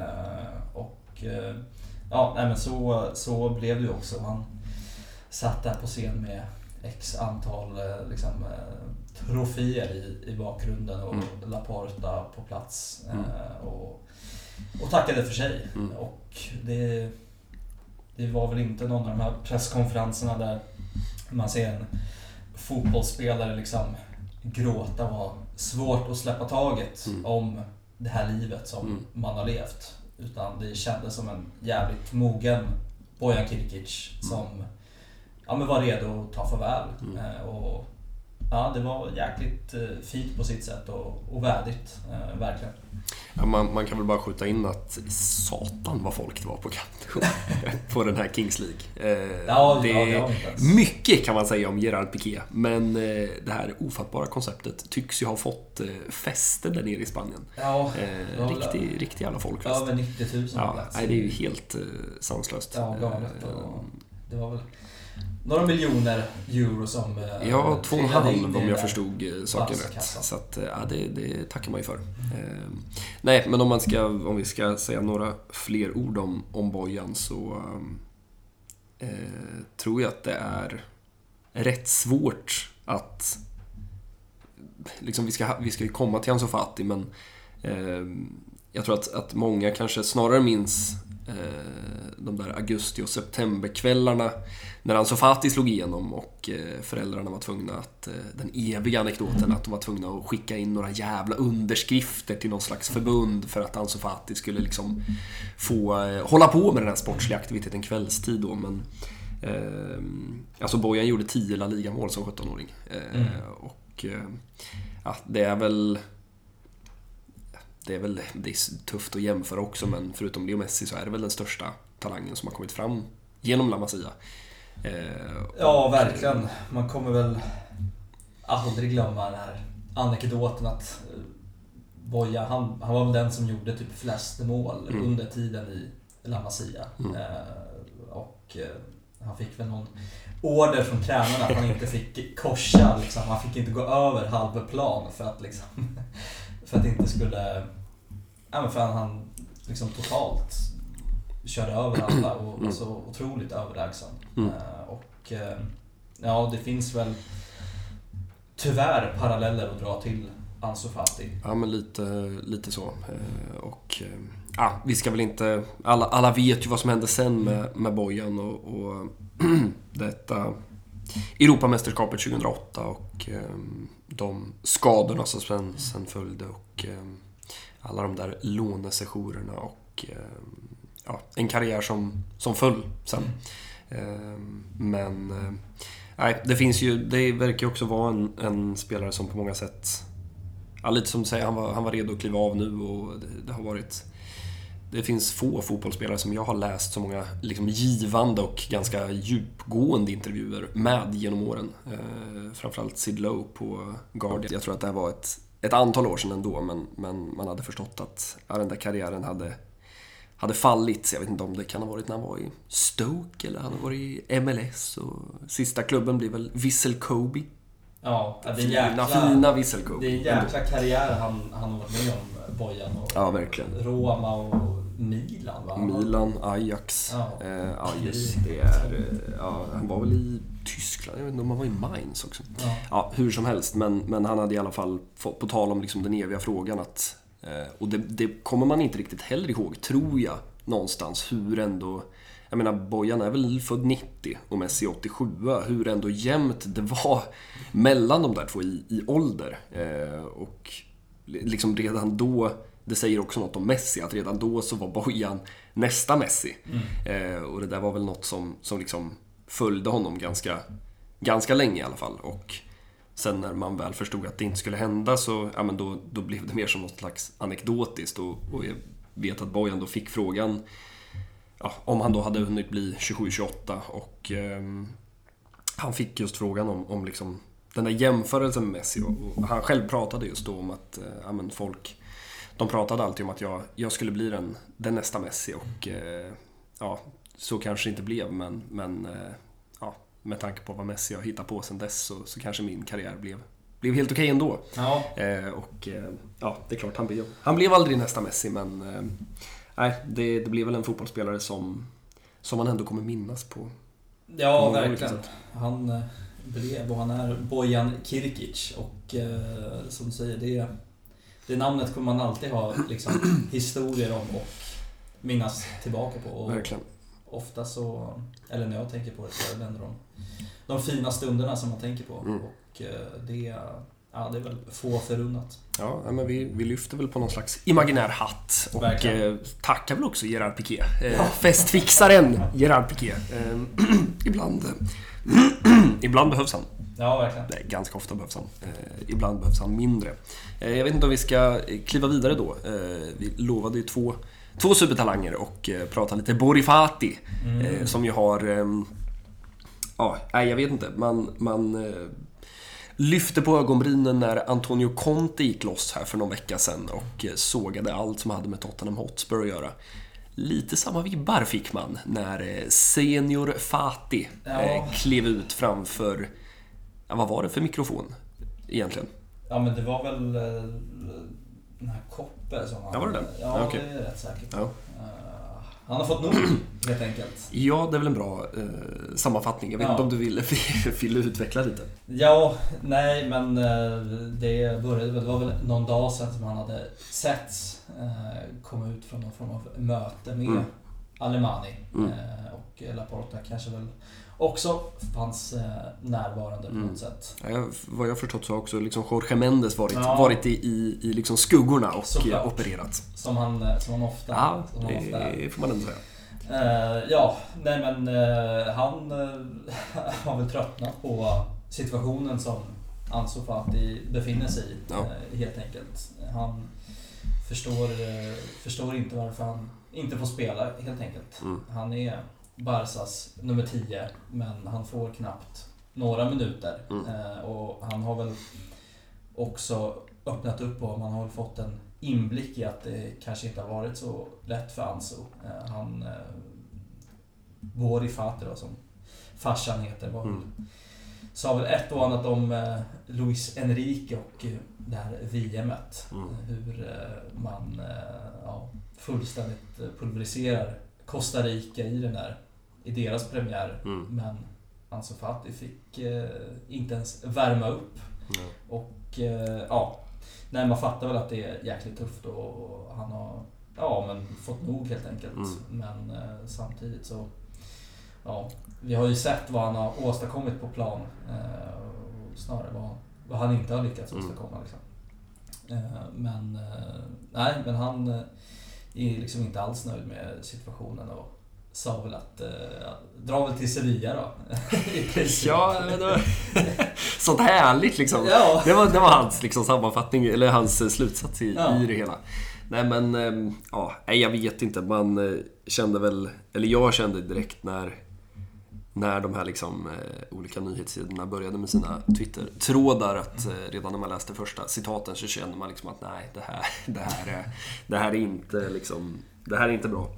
Ja, nej, men så blev det ju också. Han satt där på scen med x antal liksom, troféer i bakgrunden och Laporta på plats och tackade för sig. Och det var väl inte någon av de här presskonferenserna där man ser en fotbollsspelare liksom gråta och ha svårt att släppa taget om det här livet som man har levt. Utan det kändes som en jävligt mogen Bojan Kirkic som men var redo att ta farväl. Och ja, det var jäkligt fint på sitt sätt och värdigt, verkligen. Ja, man kan väl bara skjuta in att satan vad folk det var på Camp på den här Kings League. Mycket kan man säga om Gerard Piqué, men det här ofattbara konceptet tycks ju ha fått fäste där nere i Spanien. Ja, riktigt jävla folkfest. Över 90 000 plats. Nej, det är ju helt sanslöst. Ja, galet. Det var väl några miljoner euro som 2,5 om jag förstod saken rätt. Så att, det tackar man ju för. Nej, men om vi ska säga några fler ord om Bojan så tror jag att det är rätt svårt att liksom vi ska ju komma till Ansu Fati, men jag tror att många kanske snarare minns de där augusti- och septemberkvällarna när Ansu Fati slog igenom och föräldrarna var tvungna att, den eviga anekdoten att de var tvungna att skicka in några jävla underskrifter till någon slags förbund för att Ansu Fati skulle liksom få hålla på med den här sportsliga aktiviteten kvällstid då, men alltså Bojan gjorde 10 La Liga-mål som 17-åring och det är tufft att jämföra också, men förutom Leo Messi så är det väl den största talangen som har kommit fram genom La Masia. Ja, verkligen. Man kommer väl aldrig glömma den här anekdoten att Bojan, han var väl den som gjorde typ flest mål under tiden i La Masia. Och han fick väl någon order från tränarna att han inte fick korsa liksom. Han fick inte gå över halvplan för att liksom för att inte skulle för han liksom totalt körde över alla och var så otroligt överlägsen. Och det finns väl tyvärr paralleller att dra till Ansu Fati. Ja, men lite så. Och vi ska väl inte alla vet ju vad som hände sen med Bojan och detta Europamästerskapet 2008 och de skadorna som sen följde och alla de där lånesessionerna och en karriär som föll sen. Men det finns ju, det verkar också vara en spelare som på många sätt, lite som du säger, han var redo att kliva av nu och det har varit, det finns få fotbollsspelare som jag har läst så många liksom givande och ganska djupgående intervjuer med genom åren. Framförallt Sid Lowe på Guardian. Jag tror att det här var ett antal år sedan ändå, men man hade förstått att den där karriären hade fallit. Jag vet inte om det kan ha varit när han var i Stoke eller han har varit i MLS, och sista klubben blir väl Vissel Kobe. Ja, det är fina Vissel Kobe. Det är en jäkla karriär han har varit med om, Bojan, och verkligen. Roma och Milan, va? Milan, Ajax. Just det är han var väl i Tyskland, jag vet inte om han var i Mainz också. Hur som helst, men han hade i alla fall fått, på tal om liksom den eviga frågan att och det kommer man inte riktigt heller ihåg, tror jag, någonstans, hur ändå, jag menar, Bojan är väl född 90 och Messi 87, hur ändå jämnt det var mellan de där två i ålder, och liksom redan då, det säger också något om Messi, att redan då så var Bojan nästa Messi. Och det där var väl något som liksom följde honom ganska länge i alla fall, och sen när man väl förstod att det inte skulle hända så men då blev det mer som något slags anekdotiskt. Och jag vet att Bojan då fick frågan om han då hade hunnit bli 27-28 och han fick just frågan om liksom den där jämförelsen med Messi och han själv pratade just då om att folk, de pratade alltid om att jag skulle bli den nästa Messi och så kanske inte blev men med tanke på vad Messi har hittat på sen dess så kanske min karriär blev helt okej ändå. Ja. Det är klart han blev aldrig nästa Messi men det blev väl en fotbollsspelare som man ändå kommer minnas på. Ja, verkligen. Han blev och han är Bojan Kirkic och som du säger det namnet kommer man alltid ha liksom historier om och minnas tillbaka på. Och verkligen. Ofta så, eller när jag tänker på det så är det ändå de fina stunderna som man tänker på. Och det är väl få förunnat. Ja, men vi lyfter väl på någon slags imaginär hatt och tackar väl också Gerard Piqué. Festfixaren Gerard Piqué. Ibland behövs han. Ja, verkligen. Nej, ganska ofta behövs han. Ibland behövs han mindre. Jag vet inte om vi ska kliva vidare då. Vi lovade ju två supertalanger och prata lite Borifati som ju har jag vet inte. Man lyfte på ögonbrynen när Antonio Conte gick loss här för någon vecka sedan och sågade allt som hade med Tottenham Hotspur att göra. Lite samma vibbar fick man när Senior Fati klev ut framför vad var det för mikrofon egentligen? Ja, men det var väl den här Koppe som han... Ja, var det? Ja, okay. Det är rätt säkert. Ja. Han har fått nog, helt enkelt. Ja, det är väl en bra sammanfattning. Jag vet inte om du vill utveckla lite. Ja, nej, men det var väl någon dag sedan som han hade sett komma ut från någon form av möte med Alemani. Och Laporta kanske väl också fanns närvarande på något sätt. Ja, vad jag förstått så har också liksom Jorge Mendes varit i liksom skuggorna och opererat. Som han ofta. Ja, det får man ändå säga. Han har väl tröttnat på situationen som Ansu Fati befinner sig i, helt enkelt. Han förstår inte varför han inte får spela, helt enkelt. Han är Barsas nummer 10, men han får knappt några minuter. Och han har väl också öppnat upp och man har väl fått en inblick i att det kanske inte har varit så lätt för Ansu. Borifati då, som farsan heter, sa väl ett och annat om Luis Enrique och det här VM:et. Hur man fullständigt pulveriserar Costa Rica i deras premiär. Men Ansu Fati fick inte ens värma upp. Och man fattar väl att det är jäkligt tufft och han har fått nog, helt enkelt. Men samtidigt så vi har ju sett vad han har åstadkommit på plan, snarare vad han inte har lyckats åstadkomma liksom. Men han är liksom inte alls nöjd med situationen och sa väl att dra väl till Sevilla då. Ja, det var sånt härligt liksom. Ja. Det var hans liksom sammanfattning, eller hans slutsats i det hela. Nej men jag vet inte, man kände väl, eller jag kände direkt när de här liksom olika nyhetssidorna började med sina Twitter-trådar att redan när man läste första citaten så kände man liksom att nej, det här är inte liksom, det här är inte bra.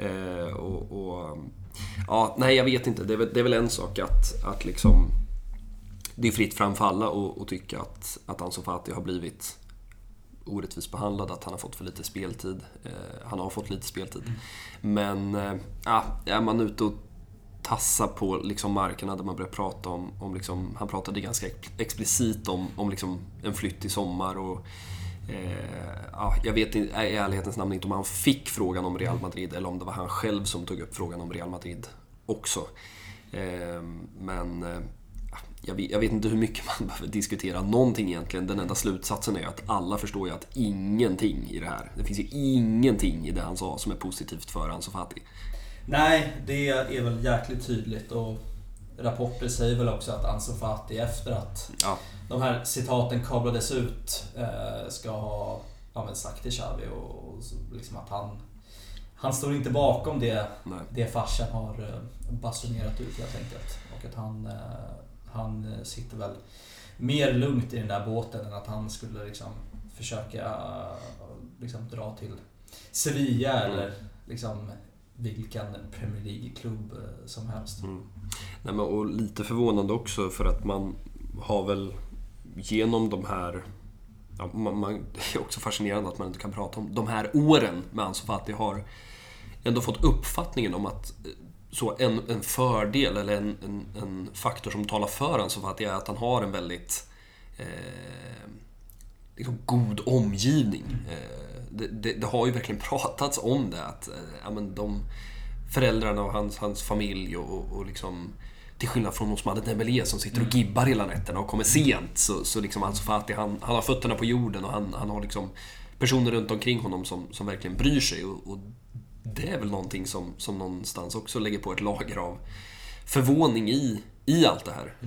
Nej, jag vet inte. Det är väl en sak att liksom det är fritt framfalla och tycka att Ansu Fati har blivit orättvist behandlad, att han har fått för lite speltid. Han har fått lite speltid. Men är man ute och tassa på liksom markerna där man börjar prata om liksom, han pratade ganska explicit om liksom en flytt i sommar och jag vet i ärlighetens namn inte om han fick frågan om Real Madrid eller om det var han själv som tog upp frågan om Real Madrid också. Men jag vet inte hur mycket man behöver diskutera någonting egentligen. Den enda slutsatsen är att alla förstår ju att ingenting i det här, det finns ju ingenting i det han sa som är positivt för Ansu Fati. Nej, det är väl jäkligt tydligt och rapporter säger väl också att Ansu Fati efter att de här citaten kablades ut ska ha sagt till Xavi och liksom att han står inte bakom det farsen har basunerat ut helt enkelt. Och att han sitter väl mer lugnt i den där båten än att han skulle liksom försöka liksom dra till Sevilla eller liksom vilken Premier League-klubb som helst. Nej, men, och lite förvånande också för att man har väl genom de här det är också fascinerande att man inte kan prata om de här åren med Ansu Fati har ändå fått uppfattningen om att så en fördel eller en faktor som talar för Ansu Fati är att han har en väldigt liksom god omgivning. Det har ju verkligen pratats om det att de föräldrarna och hans familj och liksom till skillnad från Ousmane Dembélé som sitter och gibbar hela nätterna och kommer sent så liksom Ansu Fati han har fötterna på jorden och han har liksom personer runt omkring honom som verkligen bryr sig och det är väl någonting som någonstans också lägger på ett lager av förvåning i allt det här.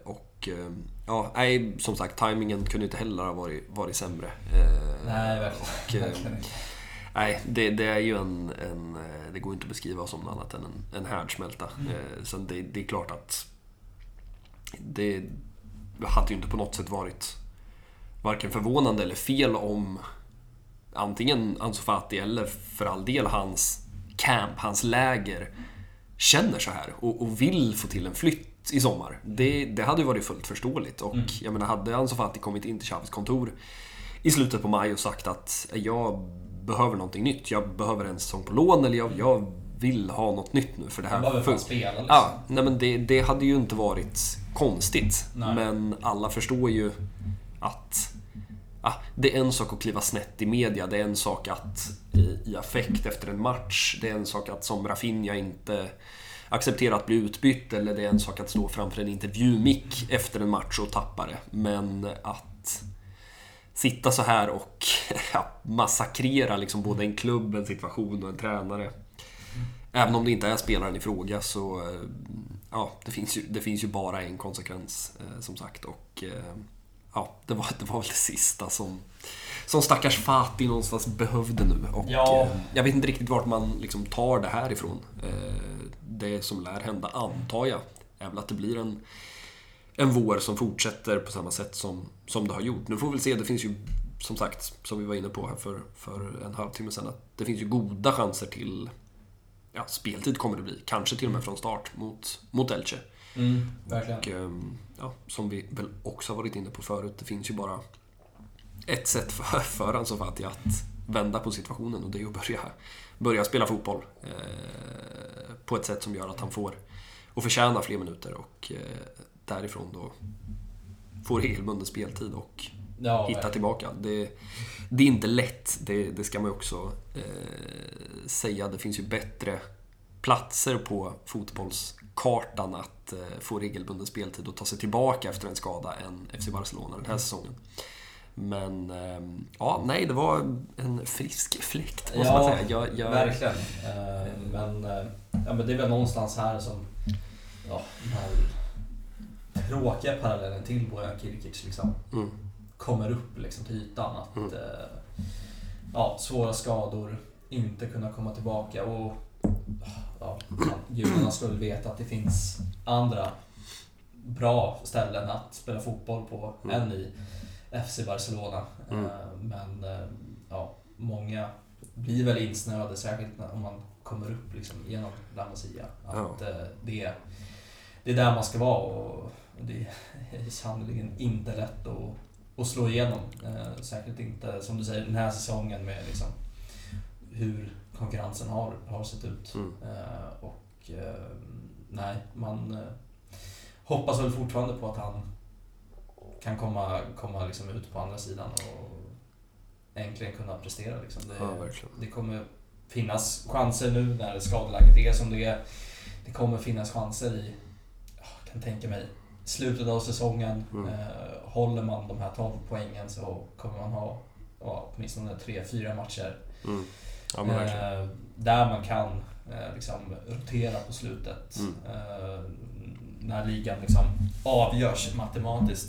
Som sagt, timingen kunde inte heller ha varit sämre. Nej, verkligen inte. Nej, det är ju det går inte att beskriva som något annat än en härdsmälta. Så det är klart att det hade ju inte på något sätt varit varken förvånande eller fel om antingen Ansu Fati eller för all del hans camp, hans läger känner så här och vill få till en flytt i sommar. Det hade ju varit fullt förståeligt och jag menar, hade Ansu Fati kommit in till Xavis kontor i slutet på maj och sagt att jag behöver någonting nytt, jag behöver en säsong på lån eller jag vill ha något nytt nu för det här. Behöver spela liksom. Det hade ju inte varit konstigt. Nej. Men alla förstår ju att det är en sak att kliva snett i media, det är en sak att i affekt efter en match, det är en sak att som Rafinha inte acceptera att bli utbytt eller det är en sak att stå framför en intervjumick efter en match och tappa det. Men att sitta så här och massakrera liksom både en klubb, en situation och en tränare. Även om det inte är spelaren i fråga så det finns ju bara en konsekvens som sagt och det var väl det sista som stackars Fati någonstans behövde nu och jag vet inte riktigt vart man liksom tar det här ifrån. Det som lär hända antar jag är väl att det blir en vår som fortsätter på samma sätt som det har gjort. Nu får vi väl se, det finns ju som sagt, som vi var inne på här för en halvtimme sedan, att det finns ju goda chanser till speltid kommer det bli. Kanske till och med från start mot Elche. Verkligen. Och som vi väl också har varit inne på förut, det finns ju bara ett sätt för Ansu Fati att vända på situationen och det är att börja spela fotboll på ett sätt som gör att han får och förtjänar fler minuter och därifrån då får regelbunden speltid och hitta tillbaka. Det är inte lätt, det ska man ju också säga. Det finns ju bättre platser på fotbollskartan att få regelbunden speltid och ta sig tillbaka efter en skada än FC Barcelona den här säsongen. Men det var en frisk fläkt måste man säga. Verkligen. Men det är väl någonstans här som den här tråkiga parallellen till Bojan Kirkic liksom kommer upp liksom till ytan att svåra skador, inte kunna komma tillbaka och gudarna skulle veta att det finns andra bra ställen att spela fotboll på än i FC Barcelona. Men många blir väl insnöade, särskilt om man kommer upp liksom genom La Masia. Att det är där man ska vara och det är sannolikt inte lätt att slå igenom. Säkert inte, som du säger, den här säsongen med liksom hur konkurrensen har sett ut. Man hoppas väl fortfarande på att han kan komma liksom ut på andra sidan och äntligen kunna prestera. Liksom. Det kommer finnas chanser nu när skadeläget är som det är. Det kommer finnas chanser i, jag kan tänka mig, slutet av säsongen. Håller man de här 12 poängen så kommer man ha åtminstone 3-4 matcher där man kan liksom rotera på slutet. när ligan liksom avgörs matematiskt.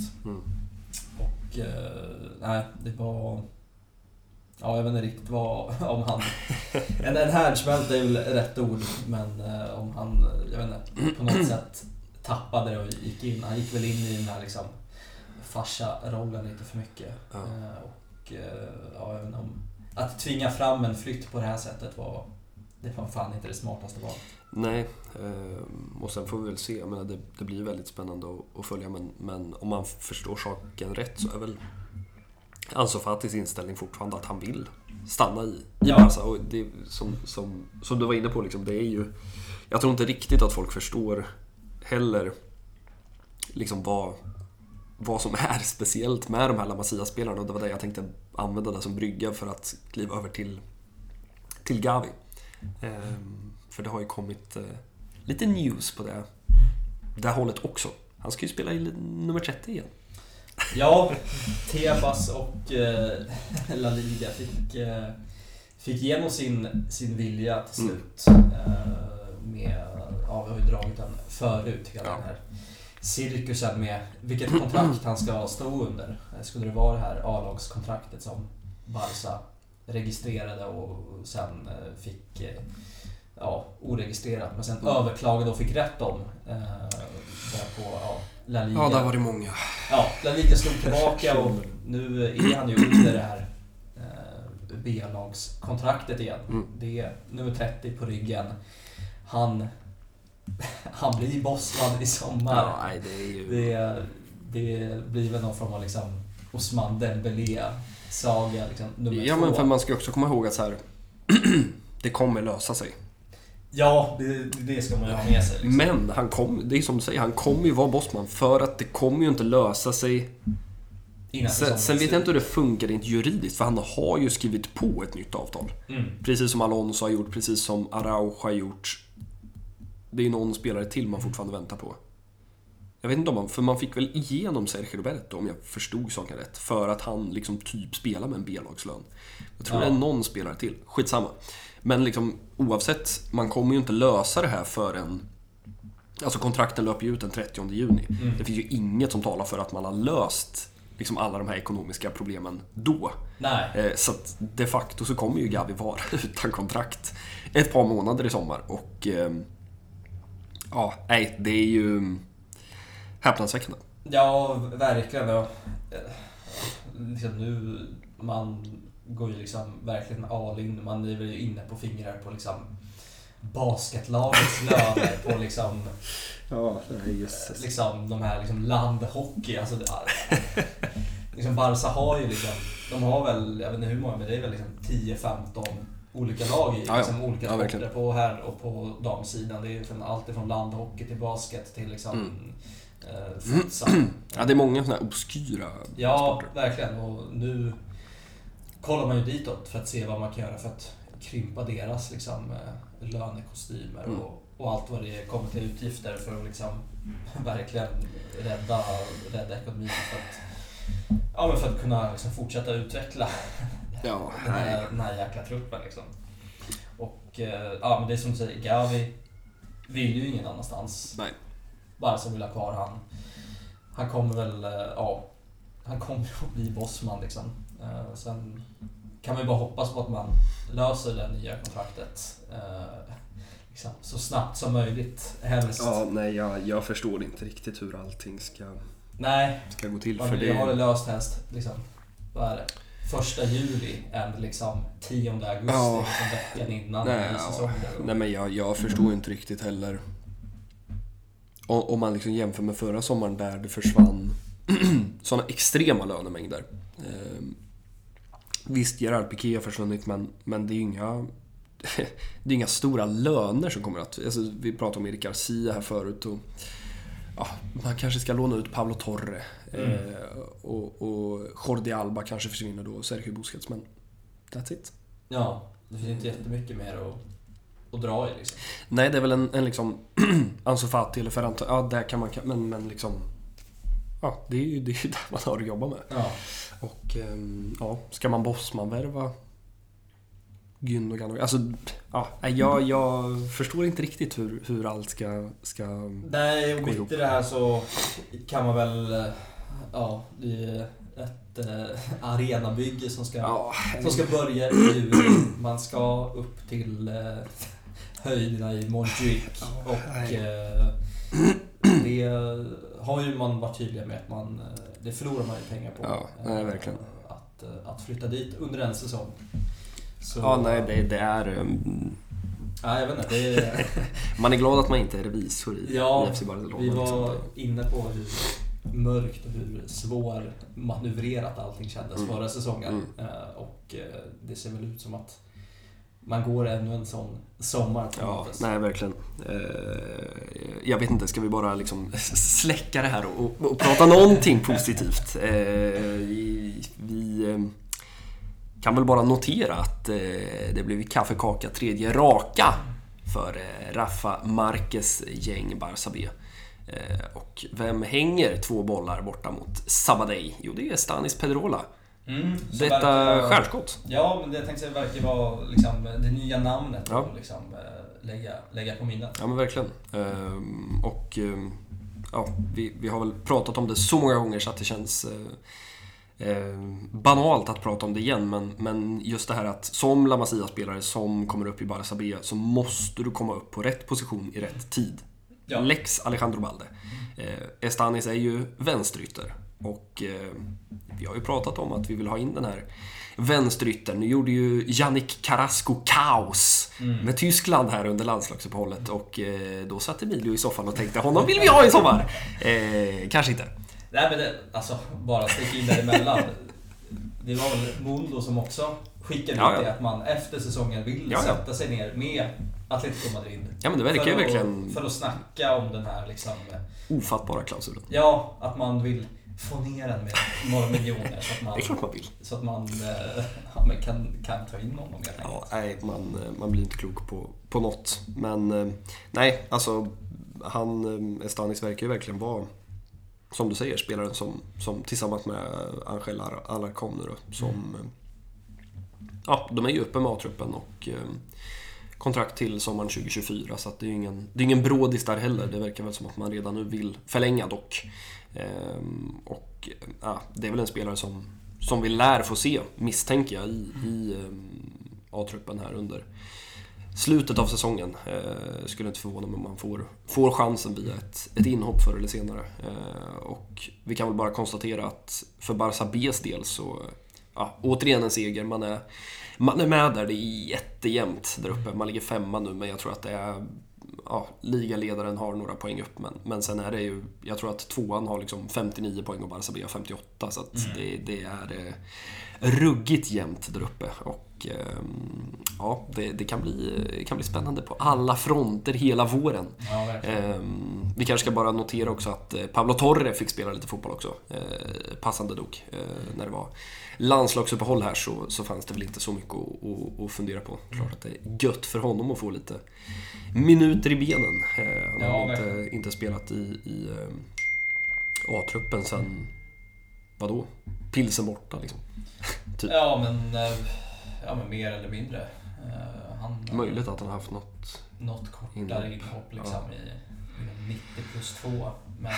Och nej, det var... Ja, jag vet inte riktigt vad om han... En härdsmält är väl rätt ord, men om han, jag vet inte, på något sätt tappade och gick in. Han gick väl in i den här liksom farsa-rollen lite för mycket. Och ja, jag vet inte om... Att tvinga fram en flytt på det här sättet var fan inte det smartaste valet. Nej, och sen får vi väl se. Jag menar, det blir väldigt spännande att följa, men om man förstår saken rätt så är väl Ansu Fatis inställning fortfarande att han vill stanna i Barca. Och det, som du var inne på, liksom, det är ju... Jag tror inte riktigt att folk förstår heller liksom vad som är speciellt med de här La Masia-spelarna. Och det var det jag tänkte använda det som brygga för att kliva över till Gavi. För det har ju kommit lite news på det hållet också. Han ska ju spela i nummer 30 igen. Ja, Tebas och La Liga fick igenom sin vilja till slut. Med, ja, vi har ju dragit den förut, hela den här cirkusen med vilket kontrakt han ska stå under. Skulle det vara det här A-lagskontraktet som Barca registrerade och sen fick oregistrerat, men sen överklagade och fick rätt om där på La Liga. Ja, där var det många. Ja, La Liga slog tillbaka och nu är han ju under det här B-lagskontraktet igen. Det är nummer 30 på ryggen. Han blir bossman i sommar. Ja, nej, det är ju... Det blir väl någon form av liksom Ousmane Dembélé-saga liksom, nummer 2. Ja, men för man ska också komma ihåg att så här, det kommer lösa sig. Ja, det ska man ju ha med sig. Liksom. Men det är som du säger, han kommer ju vara bossman för att det kommer ju inte lösa sig. Sen vet jag inte hur det funkar rent juridiskt, för han har ju skrivit på ett nytt avtal. Precis som Alonso har gjort, precis som Araujo har gjort. Det är någon spelare till man fortfarande väntar på. Jag vet inte om för man fick väl igenom Sergio Roberto, om jag förstod saken rätt, för att han liksom typ spelar med en B-lagslön. Jag tror det är någon spelare till. Skitsamma. Men liksom, oavsett, man kommer ju inte lösa det här förrän... Alltså kontrakten löper ju ut den 30 juni. Det finns ju inget som talar för att man har löst liksom alla de här ekonomiska problemen då. Nej. Så att de facto så kommer ju Gavi vara utan kontrakt ett par månader i sommar. Och ja, nej, det är ju häpnadsväckande. Ja, verkligen. Ja. Liksom nu, man går ju liksom verkligen all in. Man är väl inne på fingrar på liksom basketlagets löner på liksom, liksom de här liksom landhockey. Alltså, liksom Barca har ju liksom, de har väl, jag vet inte hur många, men det är väl liksom 10-15 olika lag i liksom olika sporter på här och på damsidan. Det är liksom allt från landhockey till basket till liksom futsal. Ja, det är många sådana här obskyra sporter. Verkligen. Och nu kollar man ju ditåt för att se vad man kan göra för att krympa deras liksom lönekostymer och allt vad det kommer till utgifter för att liksom verkligen rädda ekonomin för att kunna liksom fortsätta utveckla den här jäkla truppen liksom. Och men det är som du säger, Gavi vill ju ingen annanstans. Nej. Bara som vill ha kvar han. Han kommer väl han kommer att bli bossman liksom. Sen kan man ju bara hoppas på att man löser det nya kontraktet liksom, så snabbt som möjligt helst. Ja, nej, jag förstår inte riktigt hur allting ska gå till. För det har det löst helst liksom, vad är det? 1 juli än liksom 10 augusti liksom veckan innan säsongen. Nej, men jag förstår inte riktigt heller. Om man liksom jämför med förra sommaren där det försvann sådana extrema lönemängder. Visst, Gerard Piqué har försvunnit, men det är inga stora löner som kommer att... Alltså, vi pratade om Eric Garcia här förut och man kanske ska låna ut Pablo Torre och Jordi Alba kanske försvinner då och Sergio Busquets, men that's it. Ja, det finns inte jättemycket mer att dra i liksom. Nej, det är väl en liksom Ansu Fati eller Ferran. Ja, där kan man men liksom det är ju där man har att jobba med. Ja. Och ska man bossman värva Gündogan. Alltså, jag förstår inte riktigt hur allt ska Nej, och mitt i det här så kan man väl... Ja, det är ett arenabygge som ska börja i juli. Man ska upp till höjderna i Montjuic. Och det har ju man varit tydlig med att det förlorar man ju pengar på. Ja, nej, verkligen. Att flytta dit under en säsong. Så, det är... Ja, jag vet inte. Det är... Man är glad att man inte är revisor i FC Barcelona. Vi var inne på hur mörkt och hur svår manövrerat allting kändes förra säsongen. Och det ser väl ut som att man går ännu en sån sommar. Ja, nej, verkligen. Jag vet inte, ska vi bara liksom släcka det här och prata någonting positivt? Vi kan väl bara notera att det blev kaffekaka 3:e raka för Rafa Marquez gäng Barça B. Och vem hänger 2 bollar borta mot Sabadell? Jo, det är Stanis Pedrola. Detta skärskott. Ja, men det tänkte jag verkar vara liksom det nya namnet att liksom, lägga på minnet. Ja, men verkligen. Vi har väl pratat om det så många gånger så att det känns banalt att prata om det igen, men just det här att som La Masia-spelare som kommer upp i Barça B så måste du komma upp på rätt position i rätt tid. Ja. Lex Alejandro Balde. Estanis är ju vänsterytter och vi har ju pratat om att vi vill ha in den här vänsteryttern. Nu gjorde ju Yannick Carrasco kaos med Tyskland här under landslagsuppehållet och då satt Emilio i soffan och tänkte honom vill vi ha i sommar. Kanske inte. Nej, men bara sticka in däremellan. Det var väl Mundo som också skickade ut det att man efter säsongen vill sätta sig ner med Atletico Madrid. Ja, men det verkar verkligen... För att snacka om den här liksom... ofattbara klausulen. Ja, att man vill få ner den med några miljoner så att man... Det är klart man vill. Så att man kan ta in honom. Ja, nej, man blir inte klok på något. Men nej, alltså Estanis verkar ju verkligen vara, som du säger, spelaren som tillsammans med Angel Alarcón nu då, som de är ju uppe med A-truppen och kontrakt till sommaren 2024, så att det är ingen brådis där heller. Det verkar väl som att man redan nu vill förlänga dock. Det är väl en spelare som vi lär få se, misstänker jag, i A-truppen här under slutet av säsongen. Skulle inte förvåna mig om man får chansen via ett inhopp förr eller senare. Och vi kan väl bara konstatera att för Barça B's del så återigen en seger. Man är med där, det är jättejämnt där uppe. Man ligger 5 nu, men jag tror att det är ligaledaren har några poäng upp, men sen är det ju, jag tror att 2:an har liksom 59 poäng och Barça B har 58, så att det är ruggigt jämnt där uppe och det kan bli spännande på alla fronter hela våren. Vi kanske ska bara notera också att Pablo Torre fick spela lite fotboll också, passande nog. När det var landslagsuppehåll här så fanns det väl inte så mycket att fundera på. Klart att det är gött för honom att få lite minuter i benen. Han har inte spelat i A-truppen sen vadå? Pilsen borta liksom. Typ. Ja, men mer eller mindre. Möjligt att han har haft något kortare inhopp liksom i 90+2. Men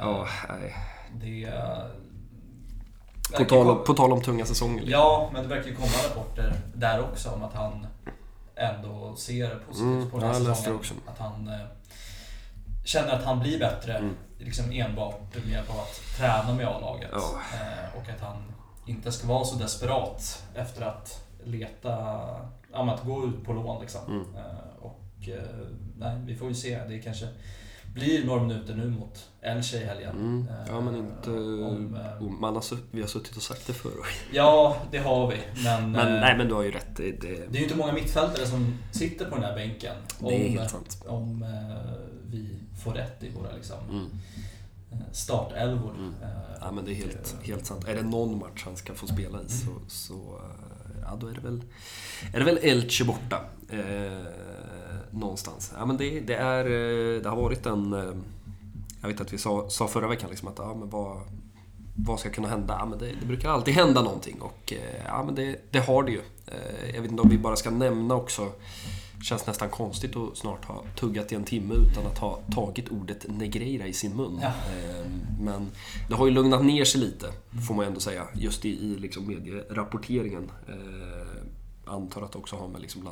det på tal om tunga säsonger. Liksom. Ja, men det verkar komma rapporter där också om att han ändå ser positivt på den här säsongen. Att han känner att han blir bättre liksom enbart med hjälp av att träna med A-laget. Och att han inte ska vara så desperat efter att att gå ut på lån liksom. Vi får ju se, det kanske blir några minuter nu mot Elche i helgen. Men inte vi har suttit och sagt det förr. Ja, det har vi, men du har ju rätt. Det är ju inte många mittfältare som sitter på den här bänken. Det är helt sant. Om vi får rätt i våra liksom startelvor. Ja, men det är helt sant. Är det någon match han ska få spela i så då är det väl Elche borta någonstans. Ja, men det har varit en, jag vet att vi sa förra veckan liksom att vad ska kunna hända? Ja, men det brukar alltid hända någonting och ja, men det har det ju. Jag vet inte om vi bara ska nämna också. Känns nästan konstigt att snart ha tuggat i en timme utan att ha tagit ordet Negreira i sin mun. Ja. Men det har ju lugnat ner sig lite, får man ju ändå säga, just i liksom medierapporteringen. Antar att det också har med liksom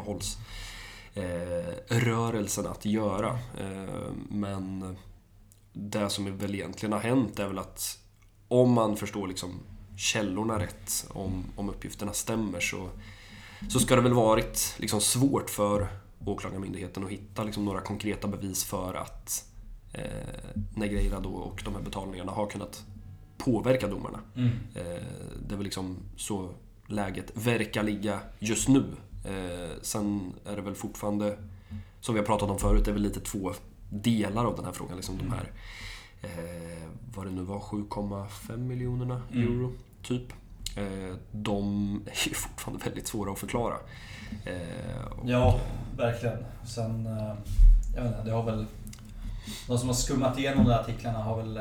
landslagsuppehållsrörelsen att göra. Men det som väl egentligen har hänt är väl att om man förstår liksom källorna rätt, om uppgifterna stämmer, så ska det väl varit liksom svårt för åklagarmyndigheten att hitta liksom några konkreta bevis för att Negreira då och de här betalningarna har kunnat påverka domarna. Det är väl liksom så läget verkar ligga just nu. Sen är det väl fortfarande, som vi har pratat om förut, det är väl lite två delar av den här frågan. Liksom de här, vad det nu var, 7,5 miljonerna euro typ. De är ju fortfarande väldigt svåra att förklara. Ja, verkligen. Sen, jag vet inte, det har väl de som har skummat igenom de här artiklarna har väl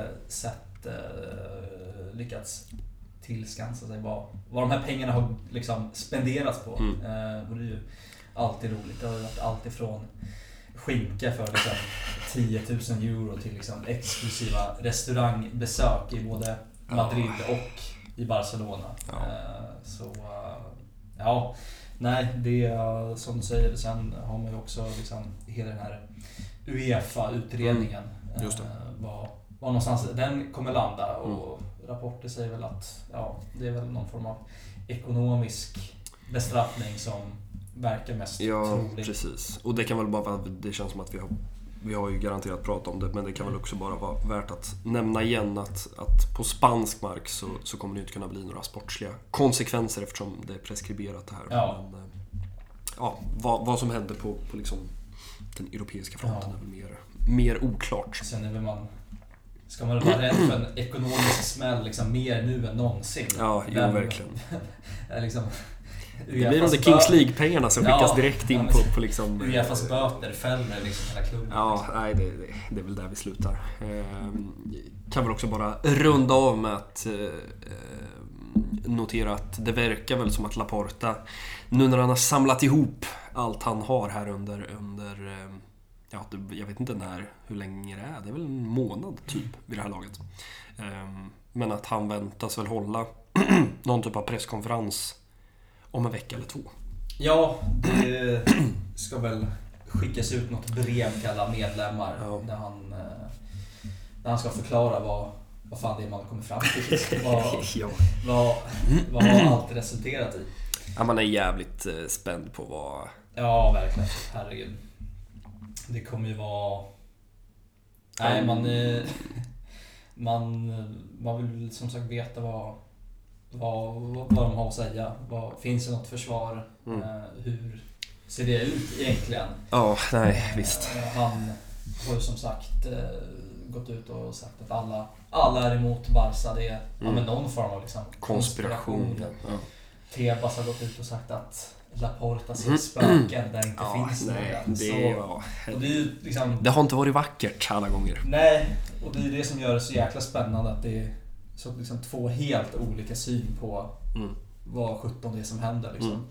lyckats tillskansa sig vad de här pengarna har liksom spenderats på. Och det är ju alltid roligt. Det har varit allt ifrån skinka för liksom 10 000 euro till liksom exklusiva restaurangbesök i både Madrid och i Barcelona. Nej, det är som du säger. Sen har man ju också liksom hela den här UEFA-utredningen. Just det. Var någonstans den kommer landa, och rapporter säger väl att det är väl någon form av ekonomisk bestraffning som verkar mest troligt. Ja, precis. Och det kan väl bara vara, det känns som att vi har ju garanterat pratat om det, men det kan väl också bara vara värt att nämna igen att på spansk mark så kommer det inte kunna bli några sportsliga konsekvenser eftersom det är preskriberat det här. Ja. Men vad som händer på liksom den europeiska fronten är väl mer oklart. Sen är väl ska man vara rädd för en ekonomisk smäll liksom mer nu än någonsin. Ja, verkligen. Liksom, det blir de Kings League-pengarna som skickas direkt in på liksom... UEFAs böter fäller liksom hela klubben. Ja, nej, det är väl där vi slutar. Kan väl också bara runda av med att notera att det verkar väl som att Laporta, nu när han har samlat ihop allt han har här under jag vet inte hur länge det är. Det är väl en månad typ vid det här laget. Men att han väntas väl hålla någon typ av presskonferens om en vecka eller 2. Ja, det ska väl skickas ut något brev till alla medlemmar där han ska förklara vad fan det är man kommer fram till. Vad har allt resulterat i? Ja, man är jävligt spänd på vad... Ja, verkligen. Herregud. Det kommer ju vara... Nej, man vill som sagt veta vad de har att säga. Finns det något försvar? Hur ser det ut egentligen? Ja, nej, visst. Han har ju som sagt gått ut och sagt att alla är emot Barca. Det är någon form av liksom konspiration. Ja. Tebas har gått ut och sagt att Laporta ser spöken där inte finns några. Det har inte varit vackert alla gånger. Nej, och det är det som gör det så jäkla spännande, att det är så liksom två helt olika syn på vad 17 det är som händer liksom.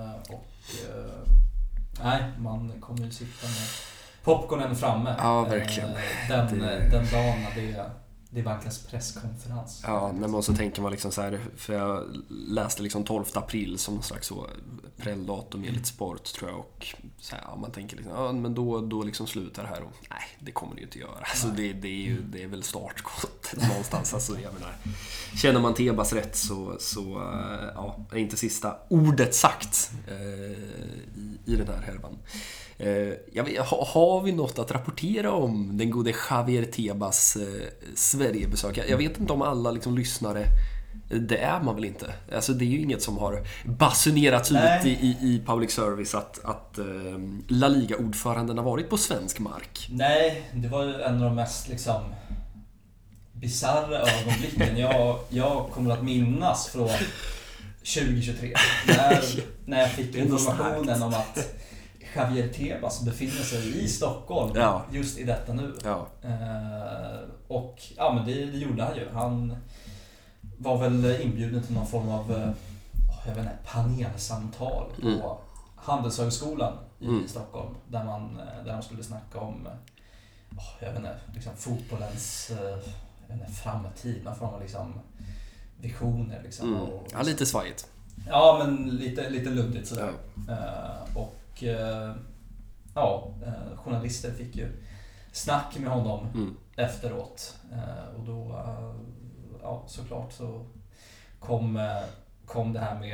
Nej, man kommer ju sitta med popcornen framme. Ja, verkligen. Den dagen det är bankens presskonferens. Ja, men så tänker man liksom så här, för jag läste liksom 12 april som någon slags så prelldatum enligt sport tror jag, och så här, man tänker liksom, men då liksom slutar det här, och nej, det kommer det ju inte göra. Alltså det är väl startskott någonstans. Alltså jag menar, känner man Tebas rätt så är inte sista ordet sagt i den här härvan. Har vi något att rapportera om den gode Javier Tebas Sverigebesök? Jag vet inte om alla liksom lyssnare, det är man väl inte. Alltså det är ju inget som har basunerats ut i public service att La Liga-ordföranden har varit på svensk mark. Nej, det var ju en av de mest liksom bizarra ögonblicken jag kommer att minnas från 2023. När jag fick informationen om att Javier Tebas befinner sig i Stockholm just i detta nu. Ja. Och men det gjorde han ju. Han var väl inbjuden till någon form av jag vet inte, panelsamtal på Handelshögskolan i Stockholm där de skulle snacka om jag vet inte, liksom fotbollens framtid, någon form av liksom visioner liksom, och ja, lite svajigt. Ja, men lite luddigt sådär. Journalister fick ju snack med honom efteråt. Och då såklart så kom det här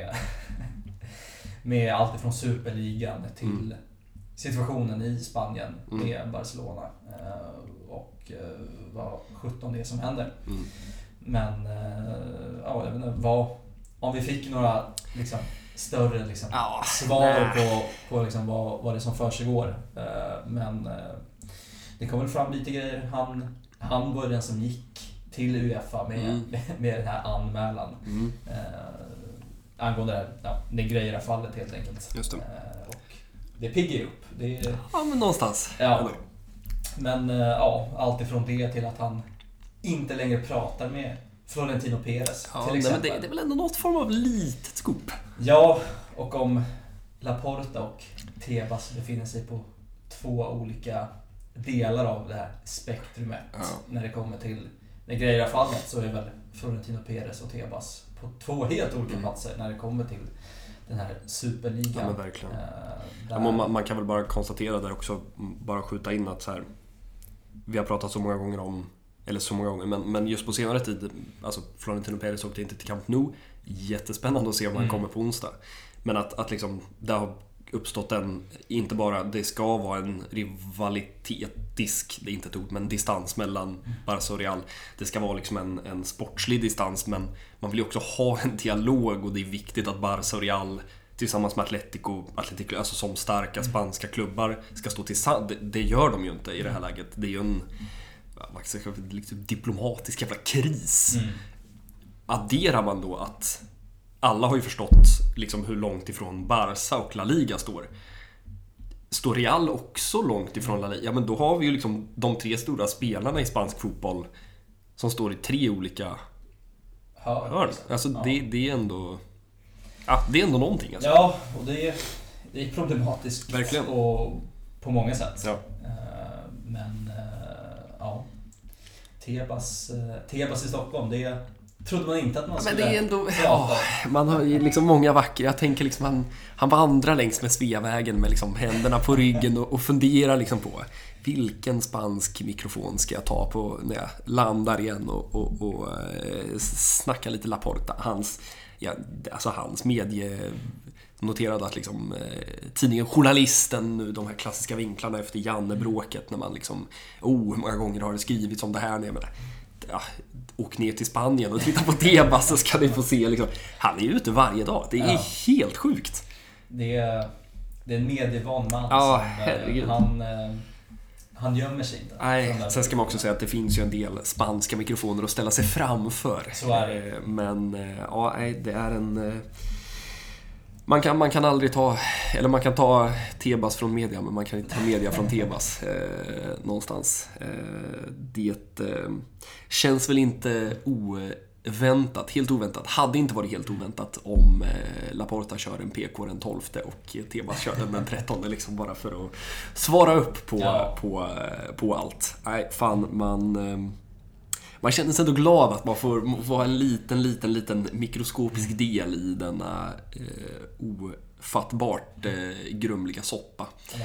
med allt ifrån Superligan till situationen i Spanien med Barcelona och vad 17 det är som händer. Men jag vet inte om vi fick några liksom större liksom svar på liksom vad det som försiggår. Men det kom väl fram lite grejer. Han var den som gick till UEFA med den här anmälan angående det grejer fallet helt enkelt. Just det. Och det piggar upp. Ja, men någonstans. Ja. Men allt ifrån det till att han inte längre pratar med Florentino Pérez till exempel. Men det är väl ändå något form av litet skop. Ja, och om Laporta och Tebas befinner sig på två olika delar av det här spektrumet när det kommer till det grejer fallet, så är väl Florentino Pérez och Tebas på två helt olika platser när det kommer till den här Superligan. Ja, men verkligen. Man kan väl bara konstatera där också, bara skjuta in att så här, vi har pratat så många gånger om, eller så många gånger, men just på senare tid, alltså Florentino Pérez åkte inte till Camp Nou, jättespännande att se om han kommer på onsdag. Men att liksom, det har uppstått inte bara, det ska vara en rivalitetdisk, det är inte ett ord, men distans mellan Barca och Real. Det ska vara liksom en sportslig distans, men man vill ju också ha en dialog, och det är viktigt att Barca och Real tillsammans med Atletico, alltså som starka spanska klubbar, ska stå tillsammans. Det gör de ju inte i det här läget. Det är ju en liksom diplomatisk jävla kris. Adderar man då att alla har ju förstått liksom hur långt ifrån Barca och La Liga står Real också långt ifrån La Liga. Ja, men då har vi ju liksom de tre stora spelarna i spansk fotboll som står i tre olika hörn. Alltså det är ändå det är ändå någonting alltså. Ja, och det är problematiskt. Verkligen. Och på många sätt. Ja. Men Tebas i Stockholm, det trodde man inte att man skulle. Men det är ändå, man har ju liksom många vackra. Jag tänker liksom han vandrar längs med Sveavägen med liksom händerna på ryggen och funderar liksom på vilken spansk mikrofon ska jag ta på när jag landar igen och snacka lite Laporta. Hans medie noterade att liksom tidningen Journalisten nu, de här klassiska vinklarna efter Janne-bråket, när man liksom hur många gånger har det skrivits om det här nu, men åk ner till Spanien och titta på Tebas, så ska ni få se liksom, han är ute varje dag. Det är helt sjukt. Det är en medievan man som han gömmer sig inte. Nej, sen ska man också säga att det finns ju en del spanska mikrofoner att ställa sig framför. Så är det. Men det är en man kan aldrig ta, eller man kan ta Tebas från media, men man kan inte ta media från Tebas någonstans. Det känns väl inte helt oväntat. Hade inte varit helt oväntat om Laporta kör en PK den 12 och Tebas kör den 13, liksom, bara för att svara upp på allt. Nej, fan, man känner sig ändå glad att man får vara en liten mikroskopisk del i denna ofattbart grumliga soppa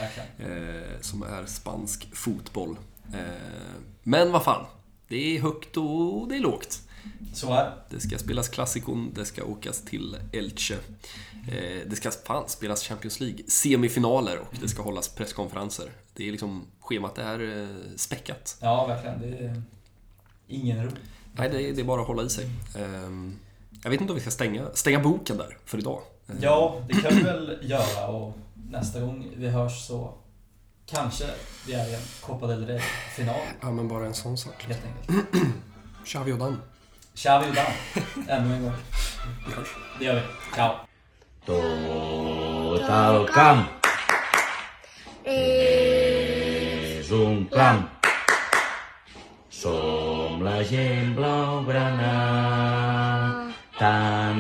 som är spansk fotboll. Men vad fan, det är högt och det är lågt. Så är det. Ska spelas klassikon, det ska åkas till Elche. Det ska spelas Champions League semifinaler och det ska hållas presskonferenser. Det är liksom, schemat är späckat. Ja, verkligen. Det är ingen ro. Nej, det är bara att hålla i sig. Jag vet inte om vi ska stänga boken där för idag. Ja, det kan vi väl göra, och nästa gång vi hörs så kanske vi är i en Copa del Rey-final. Ja, men bara en sån sak. Helt enkelt. Xavi och Dan. Xavi och Dan. Ännu en gång. Det gör vi. Ciao. Total Camp és un camp. Som la gent blaugrana.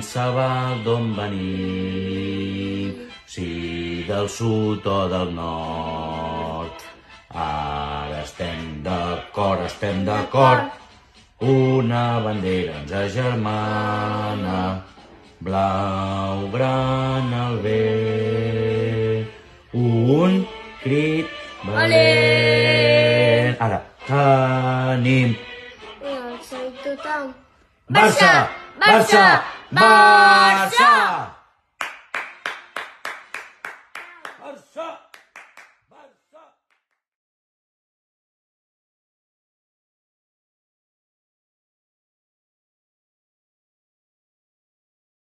saber d'on venim, si del sud o del nord. Ara estem d'acord, una bandera ens agermana, blau, gran al vent, un crit valent. Ara, tenim tothom. Barça! Barça! Barça! Barça!